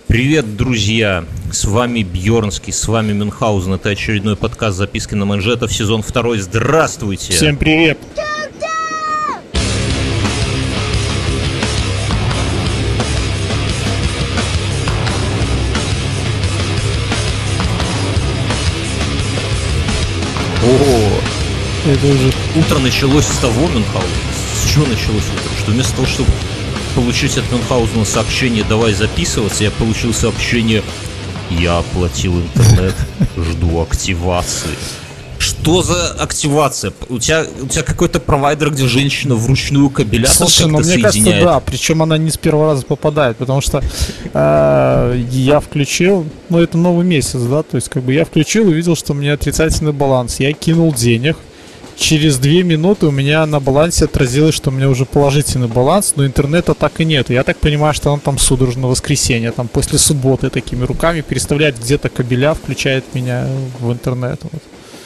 Привет, друзья! С вами Бьернский, с вами Мюнхгаузен. Это очередной подкаст «Записки на манжетах», сезон 2. Здравствуйте! Всем привет! О, Это уже... утро началось с того, Мюнхгаузен. С чего началось утро? Что вместо того, чтобы получить от Мюнхгаузена сообщение «давай записываться», я получил сообщение «я оплатил интернет, жду активации». Что за активация? У тебя какой-то провайдер, где женщина вручную кабеля Слушай, как-то мне соединяет? кажется, да, причем она не с первого раза попадает, потому что я включил, это новый месяц, да, то есть как бы я включил и увидел, что у меня отрицательный баланс, я кинул денег, через 2 минуты у меня на балансе отразилось, что у меня уже положительный баланс, но интернета так и нет. Я так понимаю, что он там судорожно воскресенье, там после субботы такими руками переставляет где-то кабеля, включает меня в интернет. Вот.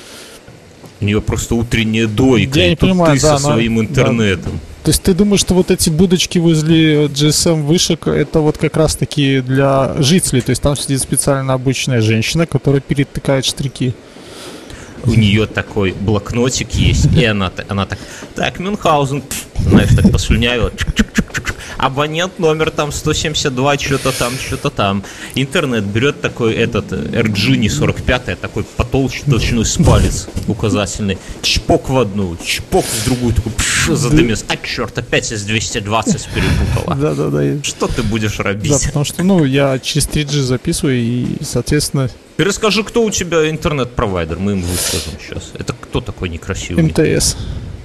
У нее просто утренняя дойка, Я и не тут понимаю, ты да, со своим интернетом. Да. То есть ты думаешь, что вот эти будочки возле GSM вышек, это вот как раз таки для жителей, то есть там сидит специально обычная женщина, которая перетыкает штрики. У нее такой блокнотик есть, и она так, Мюнхгаузен, знаешь, так послюнявила, абонент номер там 172, что-то там. Интернет берет такой RG не 45, такой потолще, толщиной с палец указательный, чпок в одну, чпок в другую, такой задымец, черт, опять из 220 перепутала. Да. Что ты будешь робить? Да, потому что, я через 3G записываю, и, соответственно... Ты расскажи, кто у тебя интернет-провайдер, мы им выскажем сейчас. Это кто такой некрасивый? МТС.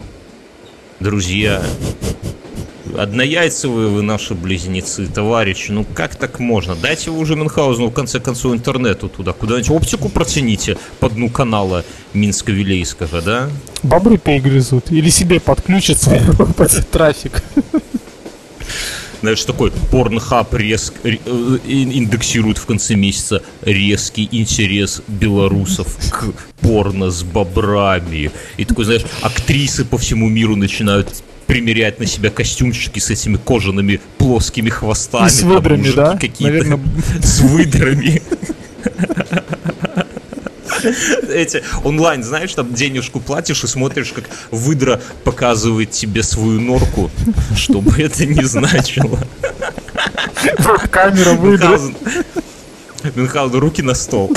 Друзья, однояйцевые вы наши близнецы, товарищи, как так можно? Дайте вы уже Мюнхгаузену в конце концов интернету туда, куда-нибудь оптику протяните по дну канала Минско-Вилейского, да? Бобры перегрызут или себе подключатся трафик. Знаешь, такой Порнхаб индексирует в конце месяца резкий интерес белорусов к порно с бобрами. И такой, знаешь, актрисы по всему миру начинают примерять на себя костюмчики с этими кожаными плоскими хвостами. И с выдрами, да? Какие-то с выдрами. Эти онлайн, знаешь, там денежку платишь и смотришь, как выдра показывает тебе свою норку, что бы это ни значило. Камера выдры. Мюнхгаузен, руки на стол.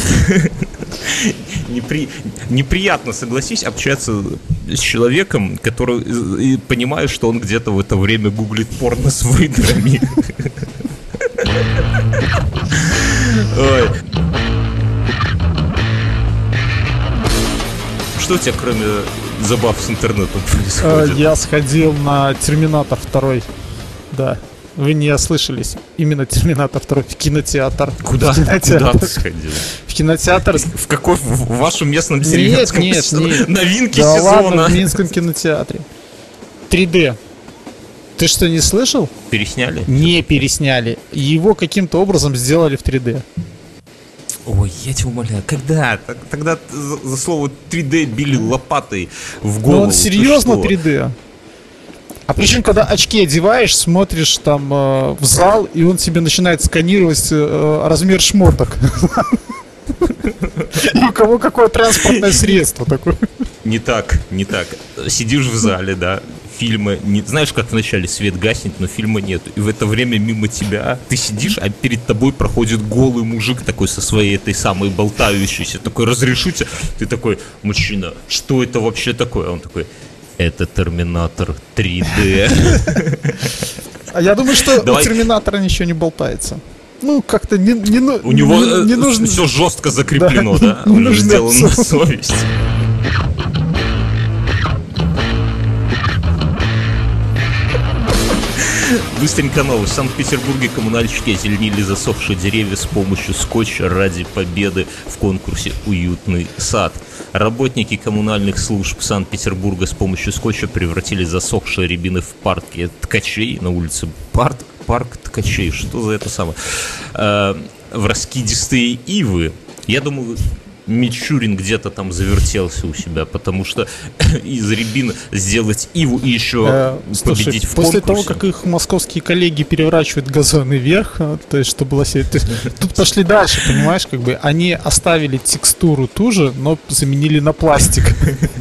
Неприятно, согласись, общаться с человеком, который понимает, что он где-то в это время гуглит порно с выдрами. Ой. Что у тебя, кроме забав с интернетом, происходит? Я сходил на Терминатор 2. Да. Вы не ослышались. Именно Терминатор 2 в кинотеатр. Куда ты сходил? В кинотеатр. В какой? В вашем местном деревенском? Нет. Новинки да сезона. Ладно, в Минском кинотеатре. 3D. Ты что, не слышал? Пересняли? Не пересняли. Его каким-то образом сделали в 3D. Ой, я тебя умоляю, когда? Тогда за слово 3D били лопатой в голову. Он серьезно 3D? А причем, когда очки одеваешь, смотришь там в зал, и он тебе начинает сканировать размер шмоток. У кого какое транспортное средство такое? Не так. Сидишь в зале, да, фильма, знаешь, как вначале свет гаснет, но фильма нету. И в это время мимо тебя ты сидишь, а перед тобой проходит голый мужик такой со своей этой самой болтающейся, такой, разрешите? Ты такой, мужчина, что это вообще такое? А он такой, это Терминатор 3D. А я думаю, что у Терминатора ничего не болтается. Как-то не у него нужно... все жестко закреплено, да? Он сделан на совесть. Быстренько новость. В Санкт-Петербурге коммунальщики озеленили засохшие деревья с помощью скотча ради победы в конкурсе «Уютный сад». Работники коммунальных служб Санкт-Петербурга с помощью скотча превратили засохшие рябины в парке ткачей на улице парк ткачей. Что за это самое? В раскидистые ивы. Я думаю, Мичурин где-то там завертелся у себя, потому что из рябины сделать иву и еще победить в после конкурсе. того, как их московские коллеги переворачивают газоны вверх, то есть, что было себе... Тут пошли дальше, понимаешь, как бы они оставили текстуру ту же, но заменили на пластик.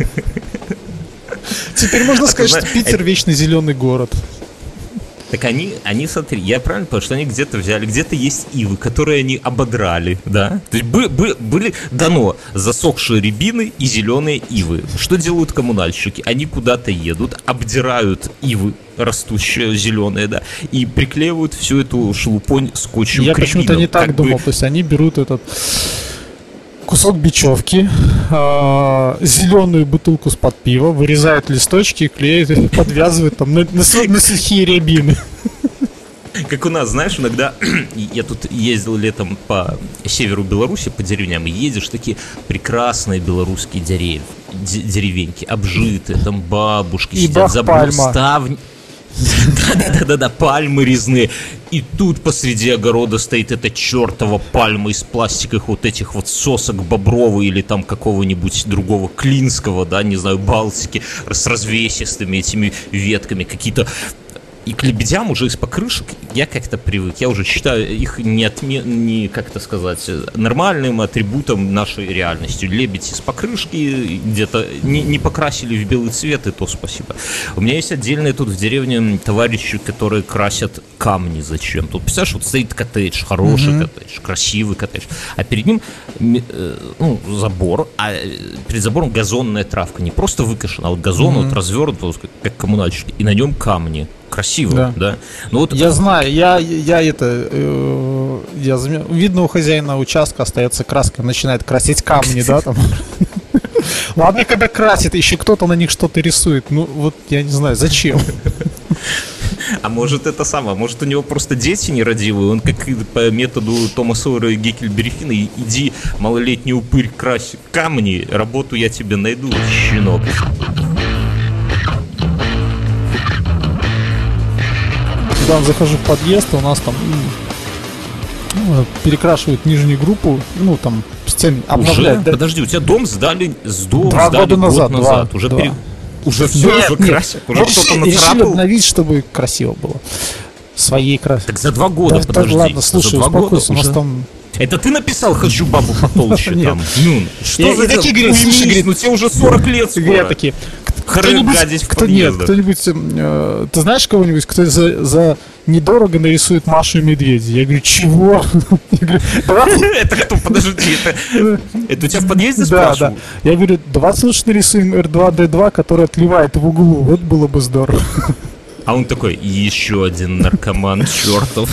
Теперь можно сказать, что Питер вечно зеленый город. Так они, смотри, я правильно понял, что они где-то взяли, где-то есть ивы, которые они ободрали, да? То есть были дано засохшие рябины и зеленые ивы. Что делают коммунальщики? Они куда-то едут, обдирают ивы растущие, зеленые, да, и приклеивают всю эту шелупонь скотчем я к рябинам. Я почему-то не так думал, то есть они берут этот... кусок бечевки, зеленую бутылку с-под пива, вырезают листочки, клеят, подвязывают там на сухие рябины. Как у нас, знаешь, иногда я тут ездил летом по северу Беларуси, по деревням, и едешь, такие прекрасные белорусские деревеньки, обжитые, там бабушки и сидят, забор ставни. Да, пальмы резные. И тут посреди огорода стоит эта чертова пальма из пластиковых вот этих вот сосок бобровой или там какого-нибудь другого клинского, да, не знаю, Балтики, с развесистыми этими ветками, какие-то. И к лебедям уже из покрышек я как-то привык. Я уже считаю их не как это сказать, нормальным атрибутом нашей реальности. Лебедь из покрышки где-то не покрасили в белый цвет, и то спасибо. У меня есть отдельные тут в деревне товарищи, которые красят камни зачем-то. Вот, представляешь, вот стоит коттедж, хороший коттедж, красивый коттедж, а перед ним забор, а перед забором газонная травка. Не просто выкошена, а вот газон вот развернут, как коммунальщики, и на нем камни. Красиво, да. Ну, вот я знаю, я видно, у хозяина участка остается краска, начинает красить камни, да, там. Ладно, когда красит, еще кто-то на них что-то рисует. Ну, вот я не знаю, зачем. А может это самое, может у него просто дети нерадивые, он как по методу Тома Сойера и Геккельбери Финна: иди, малолетний упырь, крась камни, работу я тебе найду, щенок. Когда захожу в подъезд, у нас там перекрашивают нижнюю группу, ну там стены обновляют. Да? Подожди, у тебя дом сдали 2 года назад. Уже все красят, уже кто-то нацарапал. Решили обновить, чтобы красиво было. Своей красотой. Так за 2 года, да, подожди. Ладно, слушай, успокойся, у нас там... Это ты написал «хочу бабу потолще» там? Ну, что за такие говорят, слушай, говорит, ну тебе уже 40 лет скоро. Я такие, кто-нибудь, ты знаешь кого-нибудь, кто за недорого нарисует Машу и Медведя? Я говорю, чего? Это кто, подожди, это у тебя в подъезде спрашивают? Да. Я говорю, давайте лучше нарисуем R2-D2, который отливает в углу, вот было бы здорово. А он такой: еще один наркоман чертов.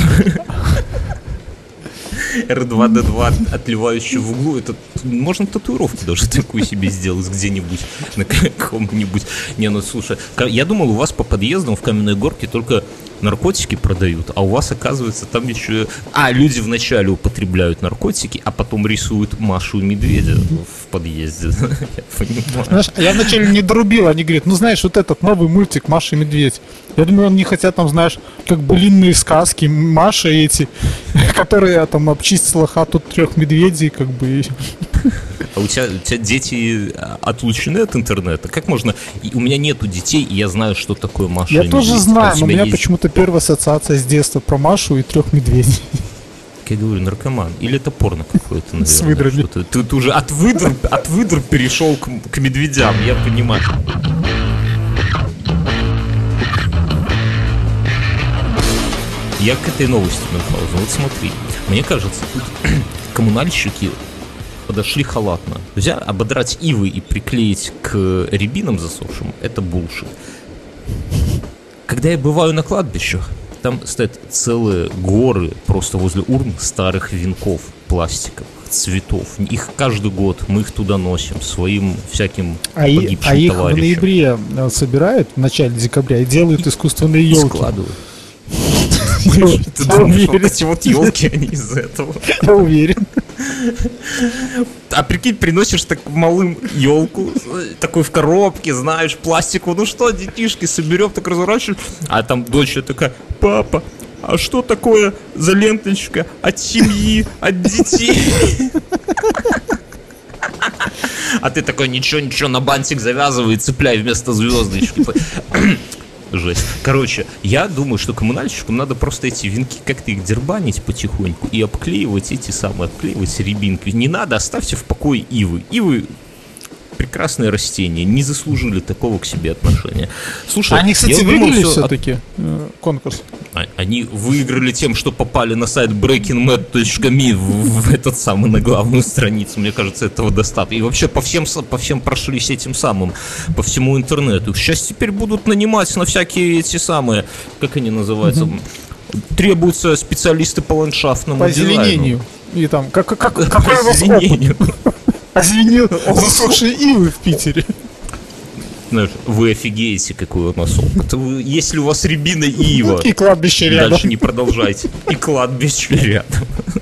R2-D2, отливающий в углу. Это можно татуировку даже такую себе сделать где-нибудь, на каком-нибудь. Не, ну слушай, я думал, у вас по подъездам в Каменной Горке только наркотики продают, а у вас, оказывается, там еще... люди вначале употребляют наркотики, а потом рисуют Машу и Медведя в подъезде. Я понимаю. Знаешь, я вначале не дорубил, они говорят, ну знаешь, вот этот новый мультик «Маша и Медведь». Я думаю, они хотят там, знаешь, как былинные сказки, Маша эти, которые там обчистила хату 3 медведей, как бы. А у тебя дети отлучены от интернета? Как можно... У меня нету детей, и я знаю, что такое Маша и Медведь. Я тоже знаю, но у меня почему-то первая ассоциация с детства про Машу и 3 медведей. Как я говорю, наркоман. Или это порно какое-то, наверное. С выдрами. Ты уже от выдр перешел к медведям, я понимаю. Я к этой новости, Мюнхгаузен, вот смотри. Мне кажется, тут коммунальщики подошли халатно. Взять, ободрать ивы и приклеить к рябинам засохшим — это булшит. Когда я бываю на кладбищах, там стоят целые горы просто возле урн старых венков пластиковых, цветов. Их каждый год мы их туда носим своим всяким погибшим товарищам. Их в ноябре собирают, в начале декабря, и делают искусственные елки. Складывают. Ты думаешь, вот эти вот елки, они из этого? Я уверен. А прикинь, приносишь так малым елку, такой в коробке, знаешь, пластиковую. Ну что, детишки, соберем, так разворачиваешь. А там дочь такая: папа, а что такое за ленточка от семьи, от детей? А ты такой, ничего, на бантик завязывай и цепляй вместо звездочки. Жесть. Короче, я думаю, что коммунальщикам надо просто эти венки как-то их дербанить потихоньку и обклеивать обклеивать рябинкой. Не надо, оставьте в покое ивы. Ивы прекрасные растения, не заслужили такого к себе отношения. Слушай, они, кстати, выиграли все-таки конкурс. Они выиграли тем, что попали на сайт breakingmad.me в этот самый, на главную страницу. Мне кажется, этого достаточно. И вообще по всем прошлись этим самым, по всему интернету. Сейчас теперь будут нанимать на всякие эти самые, как они называются, требуются специалисты по ландшафтному дизайну. По озеленению. И там, какой у вас опыт? Озеленил засохшие ивы в Питере. Знаешь, вы офигеете, какой у нас опыт. Если у вас рябина и ива, и кладбище рядом. Дальше не продолжайте. И кладбище рядом.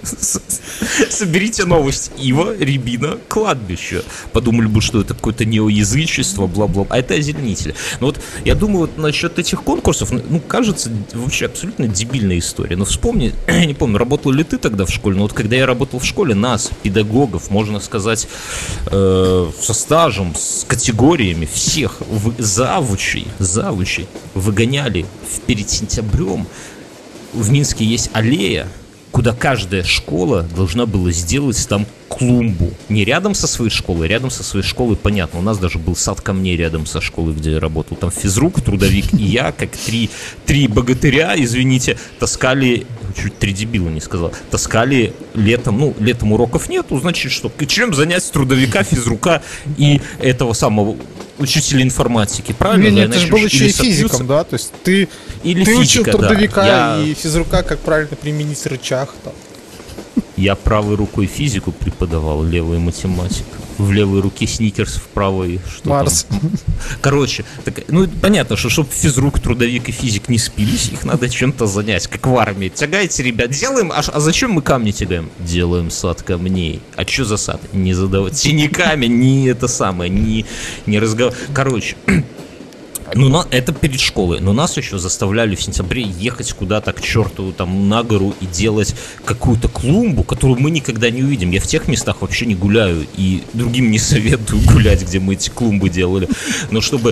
Соберите новость. Ива, рябина, кладбище. Подумали бы, что это какое-то неоязычество, бла-бла. А это озеленитель. Но вот я думаю, вот насчет этих конкурсов, ну, кажется, вообще абсолютно дебильная история. Но вспомни, я не помню, работал ли ты тогда в школе, но вот когда я работал в школе, нас, педагогов, можно сказать, со стажем, с категориями всех завучей выгоняли перед сентябрем. В Минске есть аллея, куда каждая школа должна была сделать там клумбу. Не рядом со своей школой, рядом со своей школой, понятно. У нас даже был сад камней рядом со школой, где я работал. Там физрук, трудовик и я, как три богатыря, извините, таскали, чуть три дебила не сказал, таскали летом, ну, летом уроков нету, значит, что? Чем занять трудовика, физрука и этого самого учителя информатики, правильно? Нет, ты же был еще и физиком, да? То есть ты учил трудовика и физрука, как правильно применить рычаг там. Я правой рукой физику преподавал, левой математику. В левой руке Сникерс, в правой что Марс. Там? Короче, так, ну понятно, что чтобы физрук, трудовик и физик не спились, их надо чем-то занять, как в армии. Тягайте, ребят, делаем, а зачем мы камни тягаем? Делаем сад камней. А что за сад? Не задавать. Не камень, не это самое, не разговор. Короче, ну, это перед школой. Но нас еще заставляли в сентябре ехать куда-то к черту там на гору и делать какую-то клумбу, которую мы никогда не увидим. Я в тех местах вообще не гуляю и другим не советую гулять, где мы эти клумбы делали. Но чтобы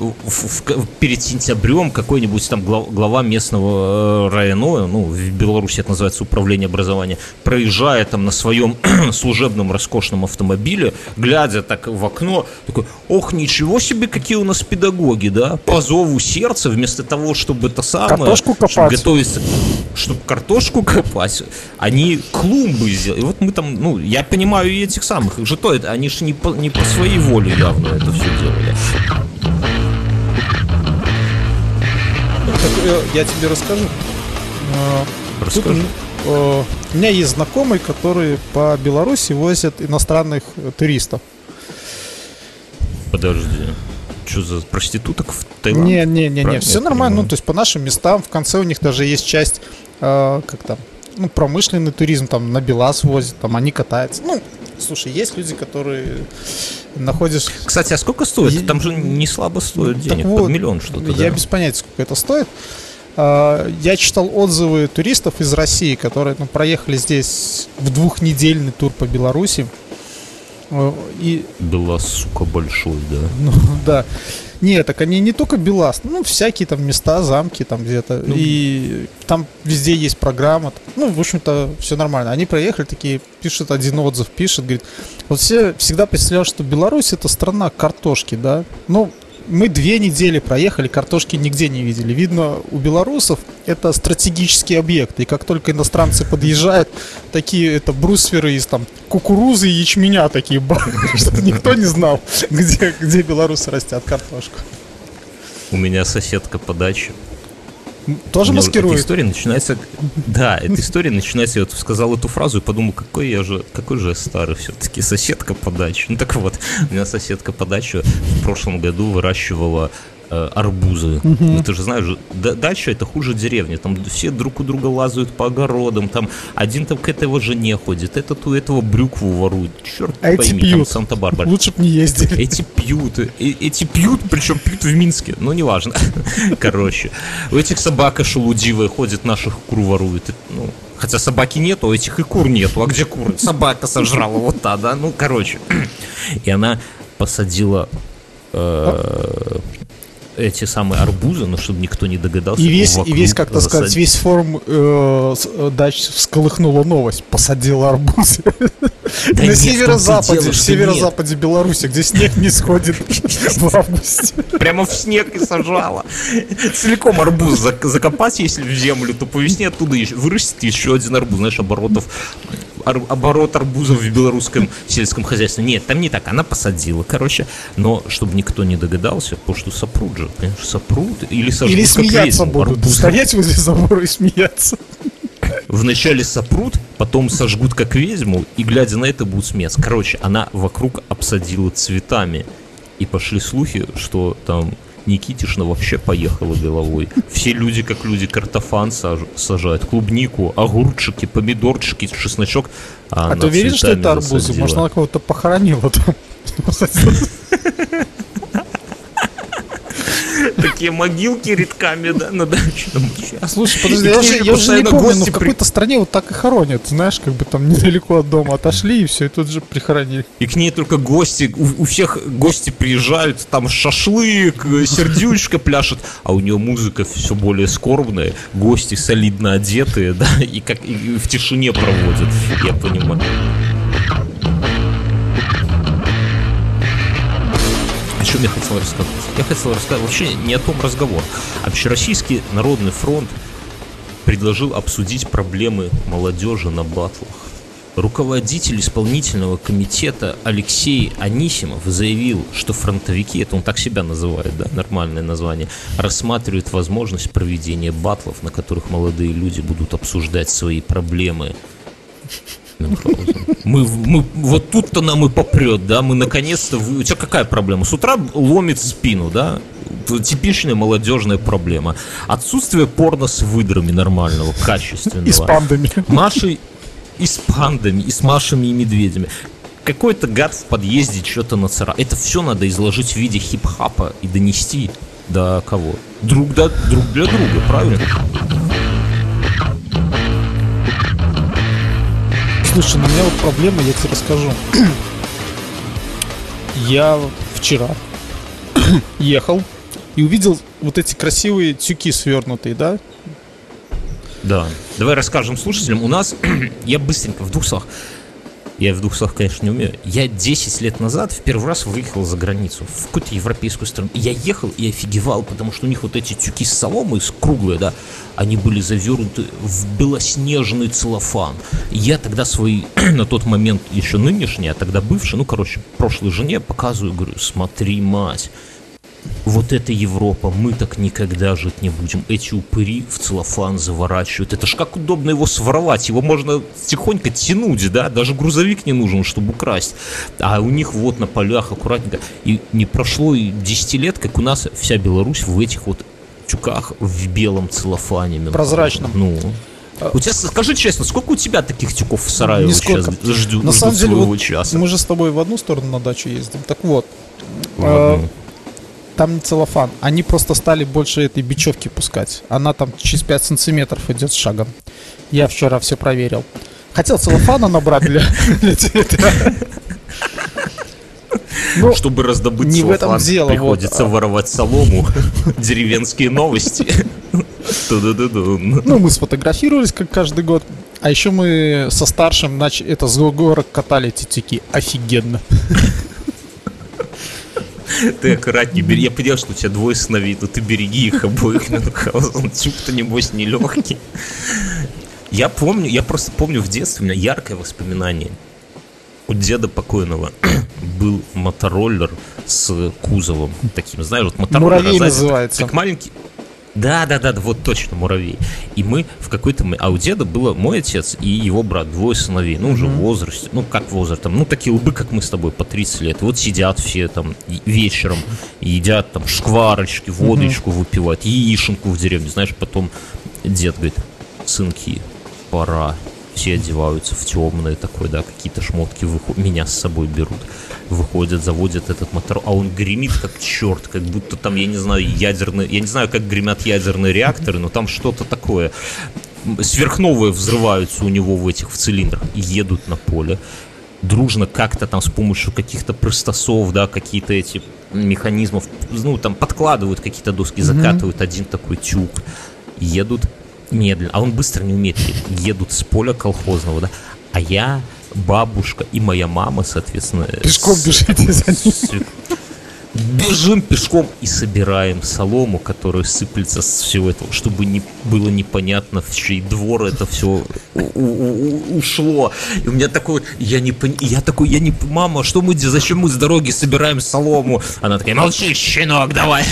перед сентябрем какой-нибудь там глава местного района, ну, в Беларуси это называется управление образования, проезжая там на своем служебном роскошном автомобиле, глядя так в окно, такой: ох, ничего себе, какие у нас педагоги, да? По зову сердца, вместо того, чтобы это самое, картошку копать, чтобы готовиться, чтобы картошку копать, они клумбы сделали. И вот мы там, ну, я понимаю и этих самых, их же то, они же не по своей воле явно это все делали. Я тебе расскажу. Расскажи. У меня есть знакомые, которые по Беларуси возят иностранных туристов. Подожди. Что за проституток в Таиланде? Не, все нормально. Ну, то есть по нашим местам в конце у них даже есть часть, как там, ну, промышленный туризм, там на БелАЗ возят, там они катаются. Ну, слушай, есть люди, которые находятся... Кстати, а сколько стоит? Там же не слабо стоит денег, вот, под миллион что-то. Я без понятия, сколько это стоит. Я читал отзывы туристов из России, которые, ну, проехали здесь в двухнедельный тур по Беларуси. И... БелАЗ, сука, большой, да. Ну, да. Нет, так они не только БелАЗ, ну, всякие там места, замки там где-то. Ну, и там везде есть программа. Ну, в общем-то, все нормально. Они проехали, такие, пишут один отзыв, пишет, говорит, вот все всегда представляют, что Беларусь — это страна картошки, да. Ну, мы 2 недели проехали, картошки нигде не видели. Видно, у белорусов это стратегический объект. И как только иностранцы подъезжают, такие это брусверы из там кукурузы и ячменя такие, чтобы никто не знал, где белорусы растят картошку. У меня соседка по даче. Тоже маскирует? Эта история начинается... Да, эта история начинается... Я вот сказал эту фразу и подумал, какой же я старый все-таки. Соседка по даче. Ну так вот, у меня соседка по даче в прошлом году выращивала арбузы. Ну, ты же знаешь, дача это хуже деревни. Там все друг у друга лазают по огородам. Там один там к этой его жене ходит, этот у этого брюкву ворует. Черт пойми, там Санта-Барбара. Лучше бы не ездили. Эти пьют, причем пьют в Минске. Ну, неважно. Короче, у этих собака шелудивая ходит, наших кур ворует. Ну, хотя собаки нету, у этих и кур нету. А где куры? Собака сожрала вот та, да? Ну, короче. И она посадила эти самые арбузы, но чтобы никто не догадался. И весь, как-то сказать, весь форум дач всколыхнула новость. Посадила арбузы. На северо-западе Беларуси, где снег не сходит в августе. Прямо в снег и сажала. Целиком арбуз закопать, если в землю, то по весне оттуда вырастет еще один арбуз. Знаешь, оборот арбузов в белорусском сельском хозяйстве. Нет, там не так, она посадила, короче. Но, чтобы никто не догадался, потому что сопрут же, понимаешь, сопрут. Или сожгут, или смеяться будут, стоять возле забора и смеяться. Вначале сопрут, потом сожгут как ведьму, и, глядя на это, будут смеяться. Короче, она вокруг обсадила цветами. И пошли слухи, что там Никитишна вообще поехала головой. Все люди, как люди, картофан сажают, клубнику, огурчики, помидорчики, чесночок. А ты уверен, что это арбузы? Засадила. Может, она кого-то похоронила там? Такие могилки редками, да, на дачном участке. Слушай, подожди, я уже не помню, но в какой-то стране вот так и хоронят, знаешь, как бы там недалеко от дома отошли и все, и тут же прихоронили. И к ней только гости, у всех гости приезжают, там шашлык, сердючка пляшет, а у нее музыка все более скорбная, гости солидно одетые, да, и в тишине проводят, я понимаю. О чем я хотел рассказать? Я хотел рассказать вообще не о том разговор. Общероссийский народный фронт предложил обсудить проблемы молодежи на батлах. Руководитель исполнительного комитета Алексей Анисимов заявил, что фронтовики, это он так себя называет, да, нормальное название, рассматривают возможность проведения батлов, на которых молодые люди будут обсуждать свои проблемы. Мы вот тут-то нам и попрет, да, мы наконец-то... У тебя какая проблема? С утра ломит спину, да? Типичная молодежная проблема. Отсутствие порно с выдрами нормального, качественного. И с пандами. И с пандами, и с Машами и медведями. Какой-то гад в подъезде что-то нацарапал. Это все надо изложить в виде хип-хапа и донести до кого? Друг для друга, правильно? Слушай, у меня вот проблема, я тебе расскажу. Я вчера ехал и увидел вот эти красивые тюки свернутые, да? Да. Давай расскажем слушателям. У нас, я быстренько, в двух словах. Я в двух словах, конечно, не умею. Я 10 лет назад в первый раз выехал за границу, в какую-то европейскую страну. Я ехал и офигевал, потому что у них вот эти тюки с соломы, круглые, да, они были завернуты в белоснежный целлофан. И я тогда своей, на тот момент еще нынешней, а тогда бывшей, ну, короче, прошлой жене показываю, говорю, смотри, мать, вот это Европа, мы так никогда жить не будем. Эти упыри в целлофан заворачивают. Это ж как удобно его своровать. Его можно тихонько тянуть, да? Даже грузовик не нужен, чтобы украсть. А у них вот на полях аккуратненько. И не прошло и 10 лет, как у нас вся Беларусь в этих вот тюках в белом целлофане. Прозрачном. Ну... У тебя, скажи честно, сколько у тебя таких тюков в Сараево сейчас ждут? На самом деле, вот часа? Мы же с тобой в одну сторону на дачу ездим. Так вот. Там не целлофан, они просто стали больше этой бечевки пускать. Она там через 5 сантиметров идет шагом. Я вчера все проверил. Хотел целлофана набрать для тебя. Чтобы раздобыть не целлофан, в этом дело, приходится воровать солому. Деревенские новости. Ну, мы сфотографировались, как каждый год. А еще мы со старшим это с горок катали эти тюки. Офигенно. Ты аккуратнее бери. Я понял, что у тебя двое сыновей, но ты береги их обоих. Тюк-то, небось, нелегкий. Я просто помню в детстве, у меня яркое воспоминание. У деда покойного был мотороллер с кузовом таким, знаешь, вот мотороллер. Муравей называется. Как маленький. Да, вот точно, муравей. И мы в какой-то... А у деда было мой отец и его брат, двое сыновей, ну, уже в возрасте, ну, как возраст, там, ну, такие лбы, как мы с тобой, по 30 лет. И вот сидят все там вечером, едят там шкварочки, водочку выпивают, яишенку в деревне, знаешь, потом дед говорит: сынки, пора. Все одеваются в темное такое, да, какие-то шмотки, меня с собой берут, выходят, заводят этот мотор, а он гремит как черт, как будто там, я не знаю, я не знаю, как гремят ядерные реакторы, но там что-то такое, сверхновые взрываются у него в цилиндрах, и едут на поле, дружно как-то там с помощью каких-то простосов, да, какие-то эти механизмов, ну, там подкладывают какие-то доски, закатывают один такой тюк, едут медленно, а он быстро не умеет, едут с поля колхозного, да, а я, бабушка и моя мама, соответственно... Пешком бежите за ним. Бежим пешком и собираем солому, которая сыплется с всего этого, чтобы не было непонятно, в чей двор это все ушло. И у меня такой, мама, что мы, зачем мы с дороги собираем солому? Она такая: молчи, щенок, давай,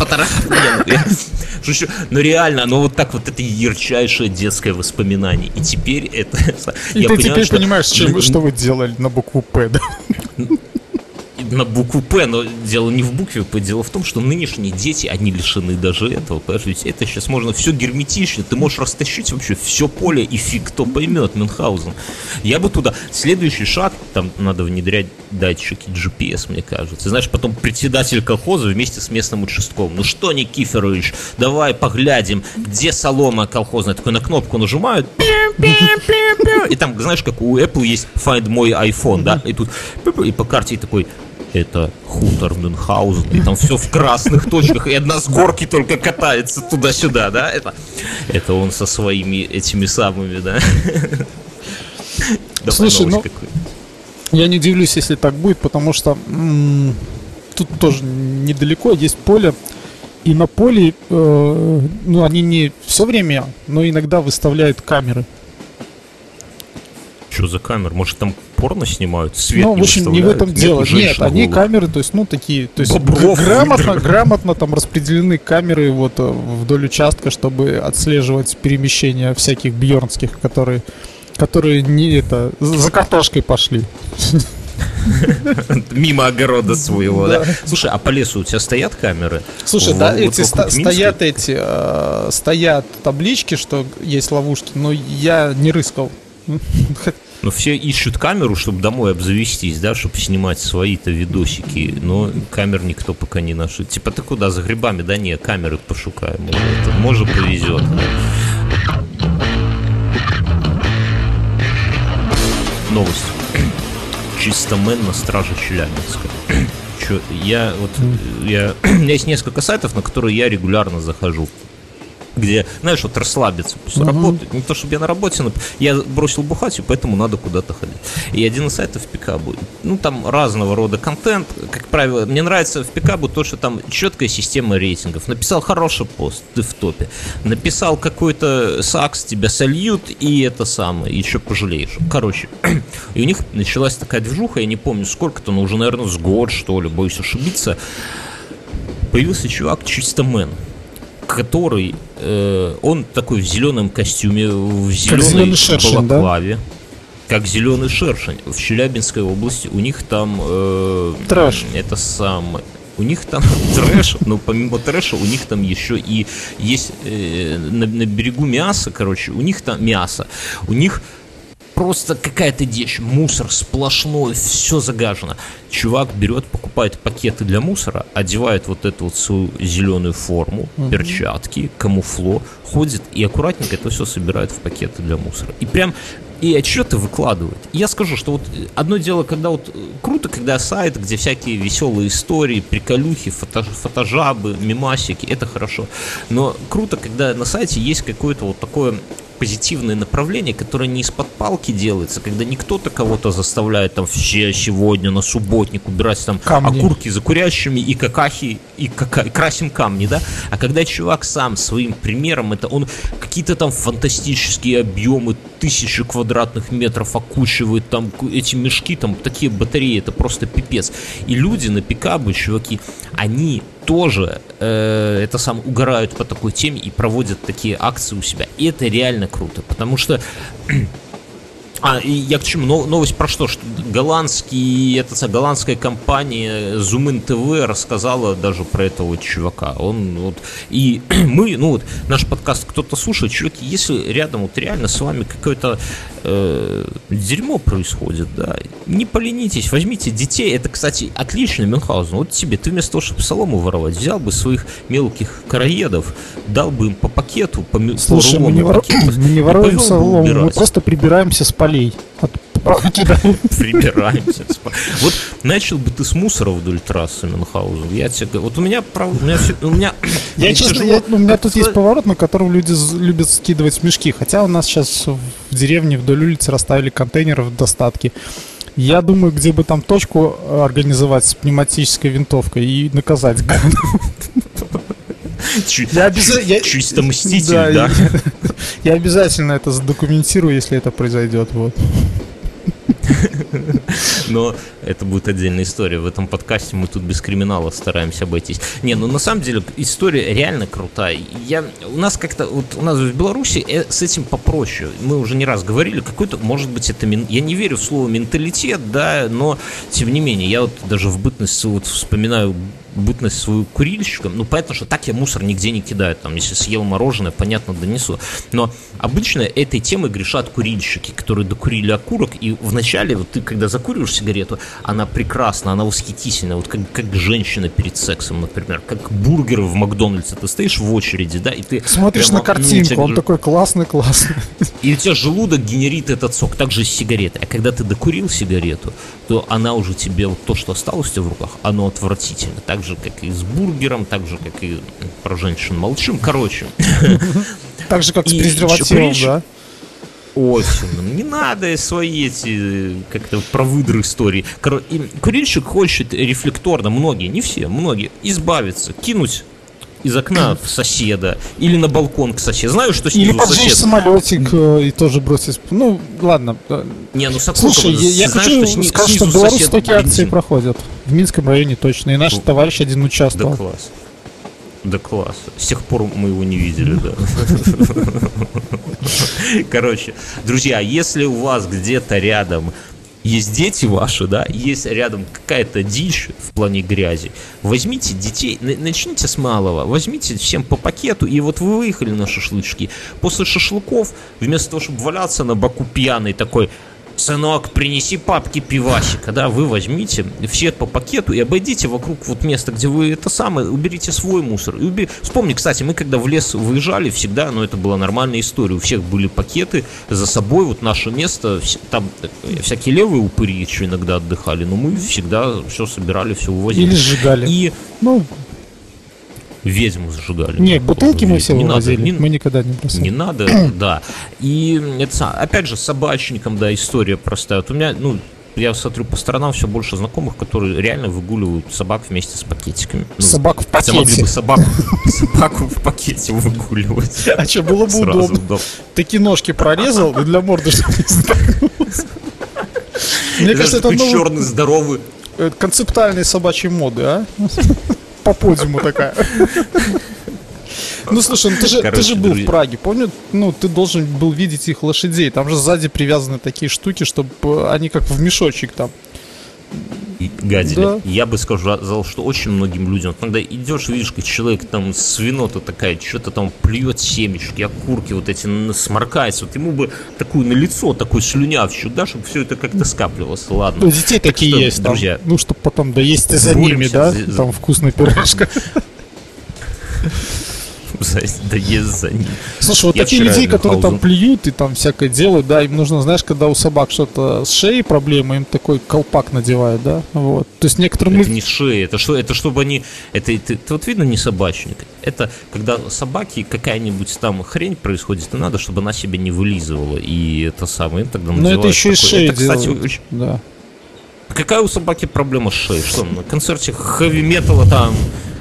шучу. Но реально, оно вот так вот, это ярчайшее детское воспоминание. И теперь это... И ты теперь понимаешь, что вы делали на букву «П», да? На букву «П», но дело не в букве «П», дело в том, что нынешние дети, они лишены даже этого, понимаешь, ведь это сейчас можно все герметично, ты можешь растащить вообще все поле, и фиг кто поймет, Мюнхгаузен. Я бы туда, следующий шаг, там надо внедрять датчики GPS, мне кажется, знаешь, потом председатель колхоза вместе с местным участковым: ну что, Никифорович, давай поглядим, где солома колхозная, такой на кнопку нажимают, и там, знаешь, как у Apple есть Find My iPhone, да, и тут, и по карте такой: это хутор Мюнхгаузен, и там все в красных точках, и одна с горки только катается туда-сюда, да, это он со своими этими самыми, да. Слушай, ну, я не удивлюсь, если так будет, потому что тут тоже недалеко есть поле, и на поле, ну, они не все время, но иногда выставляют камеры. Что за камеры? Может, там порно снимают? Свет ну, в общем, не в этом дело. Нет, они камеры, то есть, ну, такие, то есть грамотно там распределены камеры вот вдоль участка, чтобы отслеживать перемещение всяких бьернских, которые не это, за картошкой пошли. Мимо огорода своего, да? Слушай, а по лесу у тебя стоят камеры? Слушай, да, стоят таблички, что есть ловушки, но я не рыскал. Ну, все ищут камеру, чтобы домой обзавестись, да, чтобы снимать свои-то видосики, но камер никто пока не нашел. Типа, ты куда, за грибами? Да не, камеры пошукаем. Может, повезет. Новость. Чистомен на страже Челябинска. У меня есть несколько сайтов, на которые я регулярно захожу, где, знаешь, вот расслабиться после работы. Не то, чтобы я на работе, но я бросил бухать, и поэтому надо куда-то ходить. И один из сайтов Пикабу. Ну, там разного рода контент. Как правило, мне нравится в Пикабу то, что там четкая система рейтингов. Написал хороший пост, ты в топе. Написал какой-то сакс, тебя сольют, и это самое, еще пожалеешь. Короче, и у них началась такая движуха, я не помню сколько-то, но уже, наверное, с год, что ли, боюсь ошибиться. Появился чувак Чистомен, который, он такой в зеленом костюме, в зеленой балаклаве, да? Как зеленый шершень. В Челябинской области у них там трэш. Это самое. У них там трэш, но помимо трэша у них там еще и есть на берегу мясо, короче, у них там мясо. У них просто какая-то дичь, мусор сплошной, все загажено. Чувак берет, покупает пакеты для мусора, одевает вот эту вот свою зеленую форму, перчатки, камуфло, ходит и аккуратненько это все собирает в пакеты для мусора. И прям и отчеты выкладывает. И я скажу, что вот одно дело, когда вот круто, когда сайт, где всякие веселые истории, приколюхи, фотожабы, мемасики, это хорошо. Но круто, когда на сайте есть какое-то вот такое позитивное направление, которое не из-под палки делается, когда не кто-то кого-то заставляет там все сегодня на субботник убирать там камни, окурки за курящими и какахи, и красим камни, да? А когда чувак сам своим примером, это он какие-то там фантастические объемы, 1000 квадратных метров окучивает, там эти мешки, там такие батареи, это просто пипец. И люди на пикабы, чуваки, они тоже угорают по такой теме и проводят такие акции у себя. И это реально круто, потому что... и я к чему? Новость про что? Что голландская компания Zoom TV рассказала даже про этого чувака. И мы, наш подкаст кто-то слушает, чуваки, если рядом реально с вами какое-то дерьмо происходит, да, не поленитесь, возьмите детей. Это, кстати, отлично, Мюнхгаузен. Вот тебе, ты вместо того, чтобы солому воровать, взял бы своих мелких короедов, дал бы им по пакету, Слушай, мы не воруем солому, мы просто прибираемся с полей. Прибираемся. Вот начал бы ты с мусора вдоль трассы, Мюнхгаузен. Я тебе... Вот у меня... У меня тут есть поворот, на котором люди любят скидывать мешки. Хотя у нас сейчас в деревне вдоль улицы расставили контейнеры в достатке. Я думаю, где бы там точку организовать с пневматической винтовкой и наказать. Чисто мститель, да? Я обязательно это задокументирую, если это произойдет. Вот. Но это будет отдельная история. В этом подкасте мы тут без криминала стараемся обойтись. На самом деле история реально крутая. У нас в Беларуси с этим попроще. Мы уже не раз говорили, какой-то, может быть, это... Я не верю в слово менталитет, да, но тем не менее, я даже в бытность вспоминаю бытность свою курильщиком, понятно, что так я мусор нигде не кидаю, там, если съел мороженое, понятно, донесу, но обычно этой темой грешат курильщики, которые докурили окурок, и вначале, ты когда закуриваешь сигарету, она прекрасна, она восхитительна, как женщина перед сексом, например, как бургеры в Макдональдсе, ты стоишь в очереди, да, и ты... Смотришь на картинку, он такой классный, и у тебя желудок генерит этот сок, так же и с сигаретой, а когда ты докурил сигарету, то она уже тебе, то, что осталось у тебя в руках, оно отвратительно, так же, как и с бургером, так же, как и про женщин молчим. Короче. Так же, как с презервативом, да? Очень. Не надо свои эти, как-то про выдры истории. Курильщик хочет рефлекторно, многие, не все, многие, избавиться, кинуть из окна в соседа или на балкон к соседу. Знаю, что снизу или поджечь самолетик и тоже бросить. Ладно. Слушай, я хочу сказать, что в Беларуси такие акции проходят. В Минском районе точно. И наш товарищ один участвовал. Да класс. С тех пор мы его не видели, да. Короче, друзья, если у вас где-то рядом есть дети ваши, да, есть рядом какая-то дичь в плане грязи, возьмите детей, начните с малого, возьмите всем по пакету, и вот вы выехали на шашлычки. После шашлыков, вместо того, чтобы валяться на боку пьяный такой: сынок, принеси папке пивасика, да, вы возьмите все по пакету и обойдите вокруг места, где вы уберите свой мусор. Вспомни, кстати, мы когда в лес выезжали, всегда, это была нормальная история, у всех были пакеты за собой, наше место, там всякие левые упыри еще иногда отдыхали, но мы всегда все собирали, все увозили. Или сжигали. Ведьму сжигали. Нет, бутылки мы все вывозили, мы никогда не бросали. Не надо, да. И это, опять же, с собачником, да, история простая. У меня, я смотрю по сторонам все больше знакомых, которые реально выгуливают собак вместе с пакетиками. Собак в пакете. Хотя могли бы собаку в пакете выгуливать. А что, было бы удобно. Такие ножки прорезал и для морды Мне кажется, это черный, здоровый. Концептуальной собачьей моды, а? По подиуму такая. Слушай, ты же был в Праге, помню? Ты должен был видеть их лошадей. Там же сзади привязаны такие штуки, чтобы они как в мешочек там. Гадили. Да. Я бы сказал, что очень многим людям, когда идешь, видишь, как человек там свинота такая, что-то там плюет семечки, окурки эти сморкается, ему бы такую на лицо, такую слюнявщую, да, чтобы все это как-то скапливалось. Ладно. Детей так такие есть, друзья. Чтобы потом доесть за ними, да, там вкусная пирожка. Доест за ним. Слушай, такие людей, которые там плюют и там всякое делают, да, им нужно, знаешь, когда у собак что-то с шеей проблема, им такой колпак надевают, да, вот. То есть некоторым... Это не с шеей, это чтобы они... Это видно, не собачник. Это когда собаки какая-нибудь там хрень происходит, и надо, чтобы она себя не вылизывала, и это самое, тогда надевают. Но это еще и шея делают, кстати, да. Какая у собаки проблема с шеей? Что, на концерте хэви-металла там...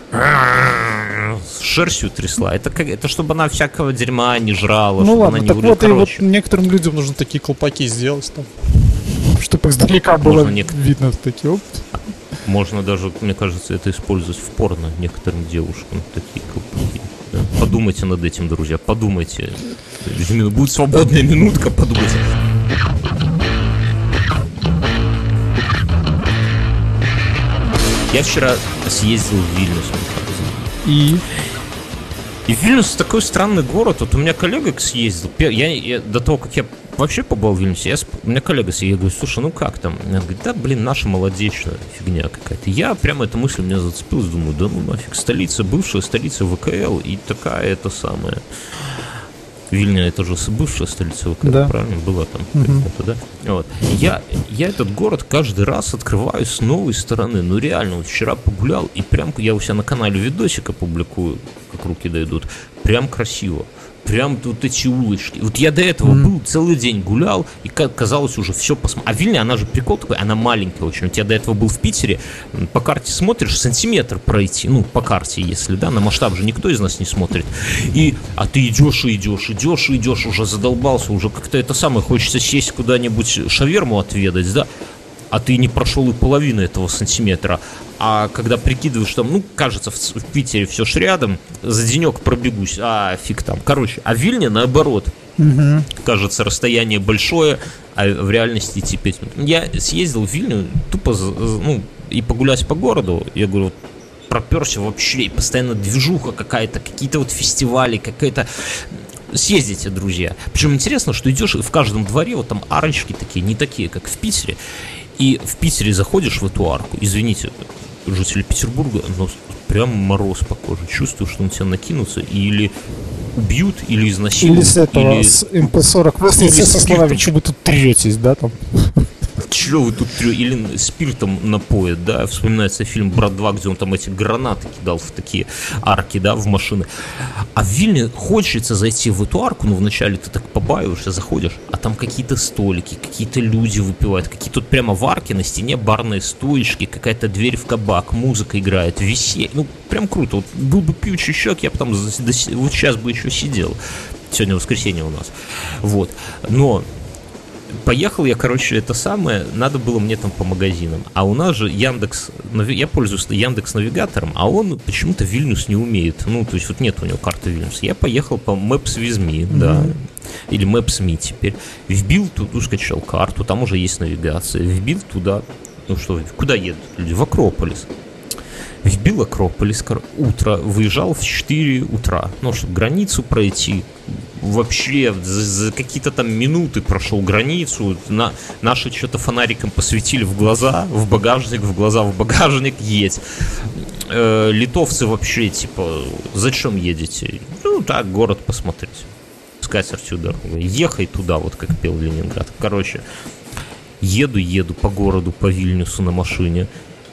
с шерстью трясла. Это чтобы она всякого дерьма не жрала, чтобы ладно, она не так вот, и некоторым людям нужно такие колпаки сделать там, чтобы издалека было видно такие. Можно даже, мне кажется, это использовать в порно некоторым девушкам, такие крупненькие. Да. Подумайте над этим, друзья, подумайте. Будет свободная минутка, подумайте. Я вчера съездил в Вильнюс. И Вильнюс такой странный город. Вот у меня коллега съездил. Я до того, как я вообще побывал в Вильнюсе, у меня коллега съездил. Я говорю, слушай, ну как там? Он говорит, да, блин, наша молодечная фигня какая-то. Я прямо эта мысль меня зацепилась. Думаю, да ну нафиг, столица, бывшая столица ВКЛ. И такая это самая... Вильня, это же бывшая столица ВКЛ, да. Правильно? Была там когда-то, да? Вот. Я этот город каждый раз открываю с новой стороны. Ну реально, вот вчера погулял, и прям я у себя на канале видосика публикую, как руки дойдут. Прям красиво. Прям вот эти улочки. Вот я до этого был, целый день гулял, и казалось уже все посмотрел. А Вильня, она же прикол такой, она маленькая очень. Вот я до этого был в Питере, по карте смотришь, сантиметр пройти, ну, по карте, если, да, на масштаб же никто из нас не смотрит. А ты идешь, уже задолбался, уже как-то это самое, хочется сесть куда-нибудь шаверму отведать, да, а ты не прошел и половину этого сантиметра. А когда прикидываешь, там, ну, кажется, в Питере все ж рядом, за денек пробегусь, а фиг там. Короче, а в Вильне наоборот. Кажется, расстояние большое, а в реальности идти 5 минут. Я съездил в Вильню тупо, ну, и погулять по городу. Я говорю, вот, проперся вообще, и постоянно движуха какая-то, какие-то вот фестивали, какая-то... Съездите, друзья. Причем интересно, что идешь, и в каждом дворе вот там арочки такие, не такие, как в Питере. И в Питере заходишь в эту арку, извините, жители Петербурга, но прям мороз по коже. Чувствую, что на тебя накинутся и или убьют, или изнасилуют. Или с этого, или... с МП-40, со словами, что вы тут третесь, да, там? Че вы тут, или спиртом напоят, да, вспоминается фильм «Брат 2», где он там эти гранаты кидал в такие арки, да, в машины. А в Вильне хочется зайти в эту арку, но вначале ты так побаиваешься, заходишь, а там какие-то столики, какие-то люди выпивают, какие-то вот прямо в арке на стене барные стоечки, какая-то дверь в кабак, музыка играет, веселье, ну, прям круто. Вот был бы пьючий щек, я бы там вот сейчас бы еще сидел. Сегодня воскресенье у нас. Вот. Но поехал я, короче, это самое, надо было мне там по магазинам. А у нас же Яндекс, я пользуюсь Яндекс навигатором, а он почему-то Вильнюс не умеет. Ну, то есть вот нет у него карты Вильнюса. Я поехал по Maps with Me, да, или Maps Me теперь. Вбил туда, скачал карту, там уже есть навигация. Вбил туда, ну что, куда едут люди? В Акрополис. Вбил Акрополис, утро, выезжал в 4 утра, ну, чтобы границу пройти. Вообще за какие-то там минуты прошел границу, наши что-то фонариком посветили в глаза, в багажник, едь. Литовцы вообще, типа, зачем едете? Ну, так, город посмотреть. С катертью дорогу. Ехай туда, вот как пел Ленинград. Короче, еду по городу, по Вильнюсу на машине.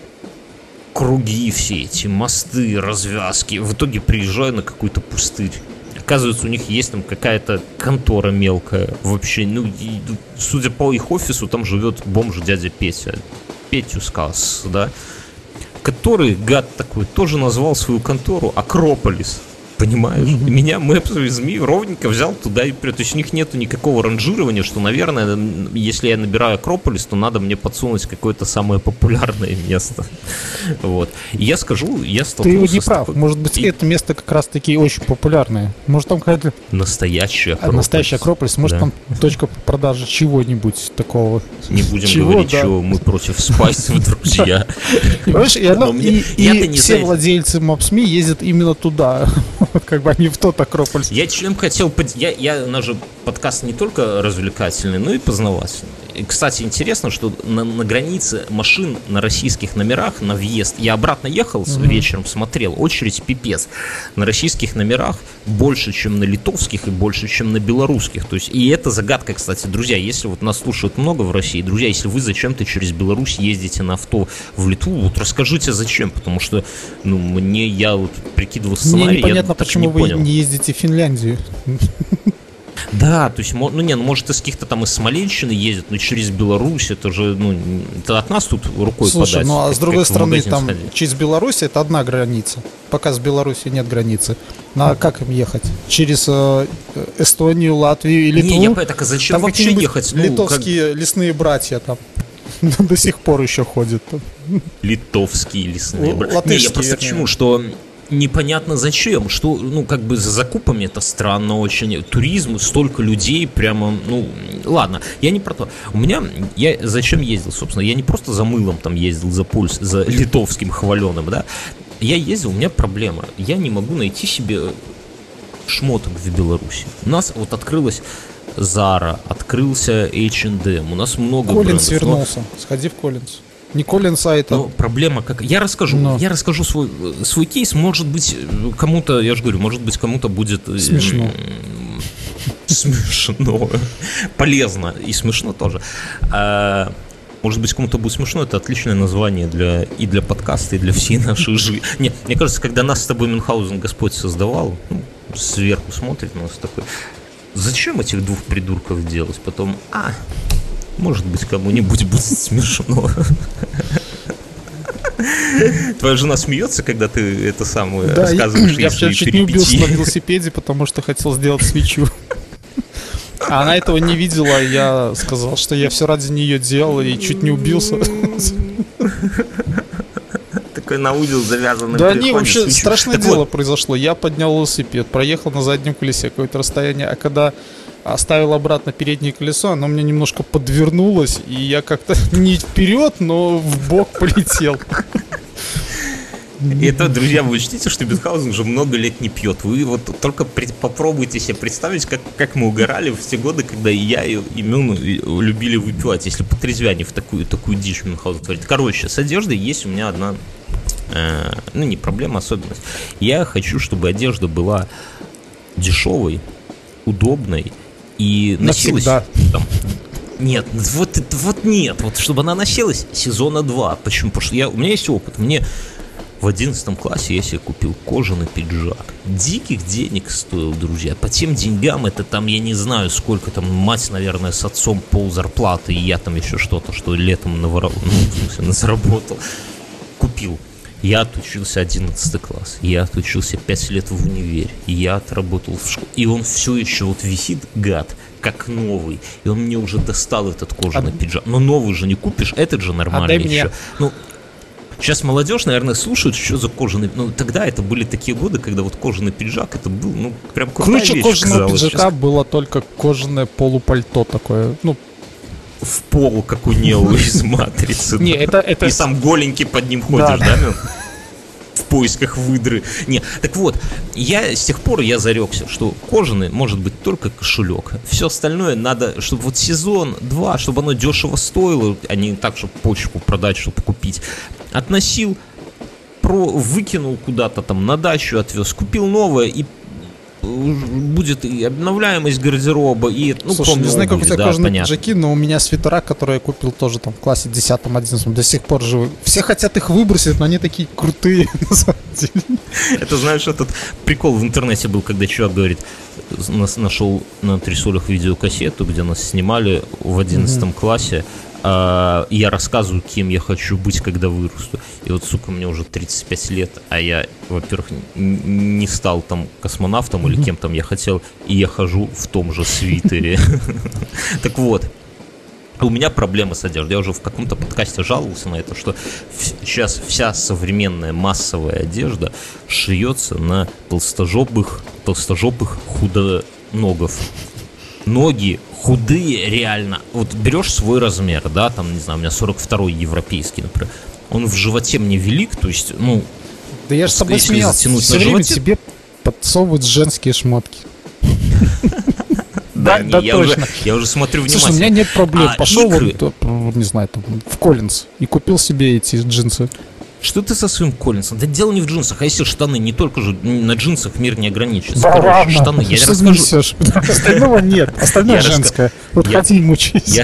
Круги все эти, мосты, развязки. В итоге приезжаю на какой-то пустырь. Оказывается, у них есть там какая-то контора мелкая. Вообще, ну, судя по их офису, там живет бомж дядя Петя. Петюскас, да? Который, гад такой, тоже назвал свою контору Акрополис. Понимаешь? И меня Maps with Me ровненько взял туда и прет. То есть у них нету никакого ранжирования, что, наверное, если я набираю Акрополис, то надо мне подсунуть какое-то самое популярное место. Вот. И я скажу, я столкнулся. Ты его не прав. Такой... Может быть, это место как раз-таки очень популярное. Может, там какая-то... Настоящий Акрополис. Настоящий Акрополис. Может, да. Там точка продажи чего-нибудь такого. Не будем говорить, да. Чего мы против спайсов, друзья. Понимаешь, и все владельцы Maps.me ездят именно туда. Как бы они в тот Акрополис. Я чем хотел... У нас же подкаст не только развлекательный, но и познавательный. И, кстати, интересно, что на границе машин на российских номерах на въезд... Я обратно ехал вечером, смотрел, очередь пипец. На российских номерах больше, чем на литовских и больше, чем на белорусских. То есть, и это загадка, кстати, друзья. Если вот нас слушают много в России, друзья, если вы зачем-то через Беларусь ездите на авто в Литву, вот расскажите, зачем. Потому что, ну, я вот прикидывал сценарий, мне непонятно, почему вы не ездите в Финляндию. Да, то есть, может, из каких-то там из Смоленщины ездят, но через Беларусь, это же, ну, это от нас тут рукой подать. Слушай, ну а с другой стороны, там, сходить. Через Беларусь это одна граница, пока с Беларусью нет границы. А как им ехать? Через Эстонию, Латвию или Литву? Не, я так, а зачем там вообще ехать? Литовские лесные братья там. До сих пор еще ходит. Литовские лесные братья. Не, Латышские, я просто к чему, что непонятно зачем, что, ну, как бы за закупами это странно очень, туризм, столько людей, прямо, ну, ладно, я не про то. Я зачем ездил, собственно, я не просто за мылом там ездил, за литовским хваленым, да, я ездил, у меня проблема, я не могу найти себе шмоток в Беларуси. У нас вот открылась Zara, открылся H&M, у нас много Коллинз брендов. вернулся, сходи в Коллинз. Не Коллинз, а это... Но проблема как... Я расскажу свой кейс, может быть, кому-то, я же говорю, может быть, кому-то будет... Смешно. Смешно. Полезно и смешно тоже. Может быть, кому-то будет смешно, это отличное название для подкаста, и для всей нашей жизни. Не, мне кажется, когда нас с тобой Мюнхгаузен Господь создавал, сверху смотрит на нас такой, зачем этих двух придурков делать? Потом, может быть, кому-нибудь будет смешно. Твоя жена смеется, когда ты это самое рассказываешь. Я вчера чуть не убился на велосипеде, потому что хотел сделать свечу. А она этого не видела, я сказал, что я все ради нее делал и чуть не убился. Такой на узел завязанный. Да не, вообще страшное дело произошло. Я поднял велосипед, проехал на заднем колесе какое-то расстояние, а когда оставил обратно переднее колесо, оно мне немножко подвернулось, и я как-то не вперед, но в бок полетел. Это, друзья, вы учтите, что Мюнхгаузен уже много лет не пьет. Вы вот только попробуйте себе представить, как мы угорали в те годы, когда и я, и Мюн любили выпивать, если потрезвяне в такую дичь Мюнхгаузен творит. Короче, с одеждой есть у меня одна, не проблема, особенность. Я хочу, чтобы одежда была дешевой, удобной и носилась там. Нет, вот нет, вот чтобы она носилась сезона 2. Почему? Потому что у меня есть опыт. Мне в 11 классе я себе купил кожаный пиджак. Диких денег стоил, друзья. По тем деньгам это там, я не знаю, сколько там, мать, наверное, с отцом пол зарплаты, и я там еще что-то, что летом заработал. Купил. Я отучился 11 класс, я отучился 5 лет в универе, я отработал в школе, и он все еще вот висит, гад, как новый, и он мне уже достал этот кожаный пиджак. Но новый же не купишь, этот же нормальный еще. Сейчас молодежь, наверное, слушает, что за кожаный... тогда это были такие годы, когда вот кожаный пиджак, это был, прям крутая вещь. Круче кожаного пиджака было только кожаное полупальто такое, в пол, как у Нео из «Матрицы». Не, это... И сам голенький под ним ходишь, да, Мюн? В поисках выдры. Не, так вот, с тех пор я зарекся, что кожаный может быть только кошелек. Все остальное надо, чтобы вот сезон 2, чтобы оно дешево стоило, а не так, чтобы почку продать, чтобы купить. Относил, выкинул куда-то там на дачу, отвез, купил новое, и будет и обновляемость гардероба, и, слушай, не знаю, как у тебя кожаные пиджаки, но у меня свитера, которые я купил тоже там в классе 10-11, до сих пор живы. Все хотят их выбросить, но они такие крутые, на самом деле. Это, знаешь, этот прикол в интернете был, когда чувак говорит, нашел на Трисолях видеокассету, где нас снимали в 11 классе, я рассказываю, кем я хочу быть, когда вырасту. И вот, сука, мне уже 35 лет, а я, во-первых, не стал там космонавтом или кем там я хотел, и я хожу в том же свитере. Так вот, у меня проблема с одеждой. Я уже в каком-то подкасте жаловался на это, что сейчас вся современная массовая одежда шьется на толстожопых худоногов. Ноги худые реально. Вот берешь свой размер, да, там, не знаю, у меня 42-й европейский, например. Он в животе мне велик, то есть, Да я же с тобой смеялся. Все время тебе подсовывают женские шмотки. Да, я уже смотрю внимательно. Слушай, у меня нет проблем. Пошел, не знаю, там, в Коллинз и купил себе эти джинсы. Что ты со своим Коллинсом? Да дело не в джинсах, а если штаны, не только же на джинсах мир не ограничится. Да ладно, штаны, я что расскажу. несешь? Остального нет, остальное женское. Вот ходи и мучись.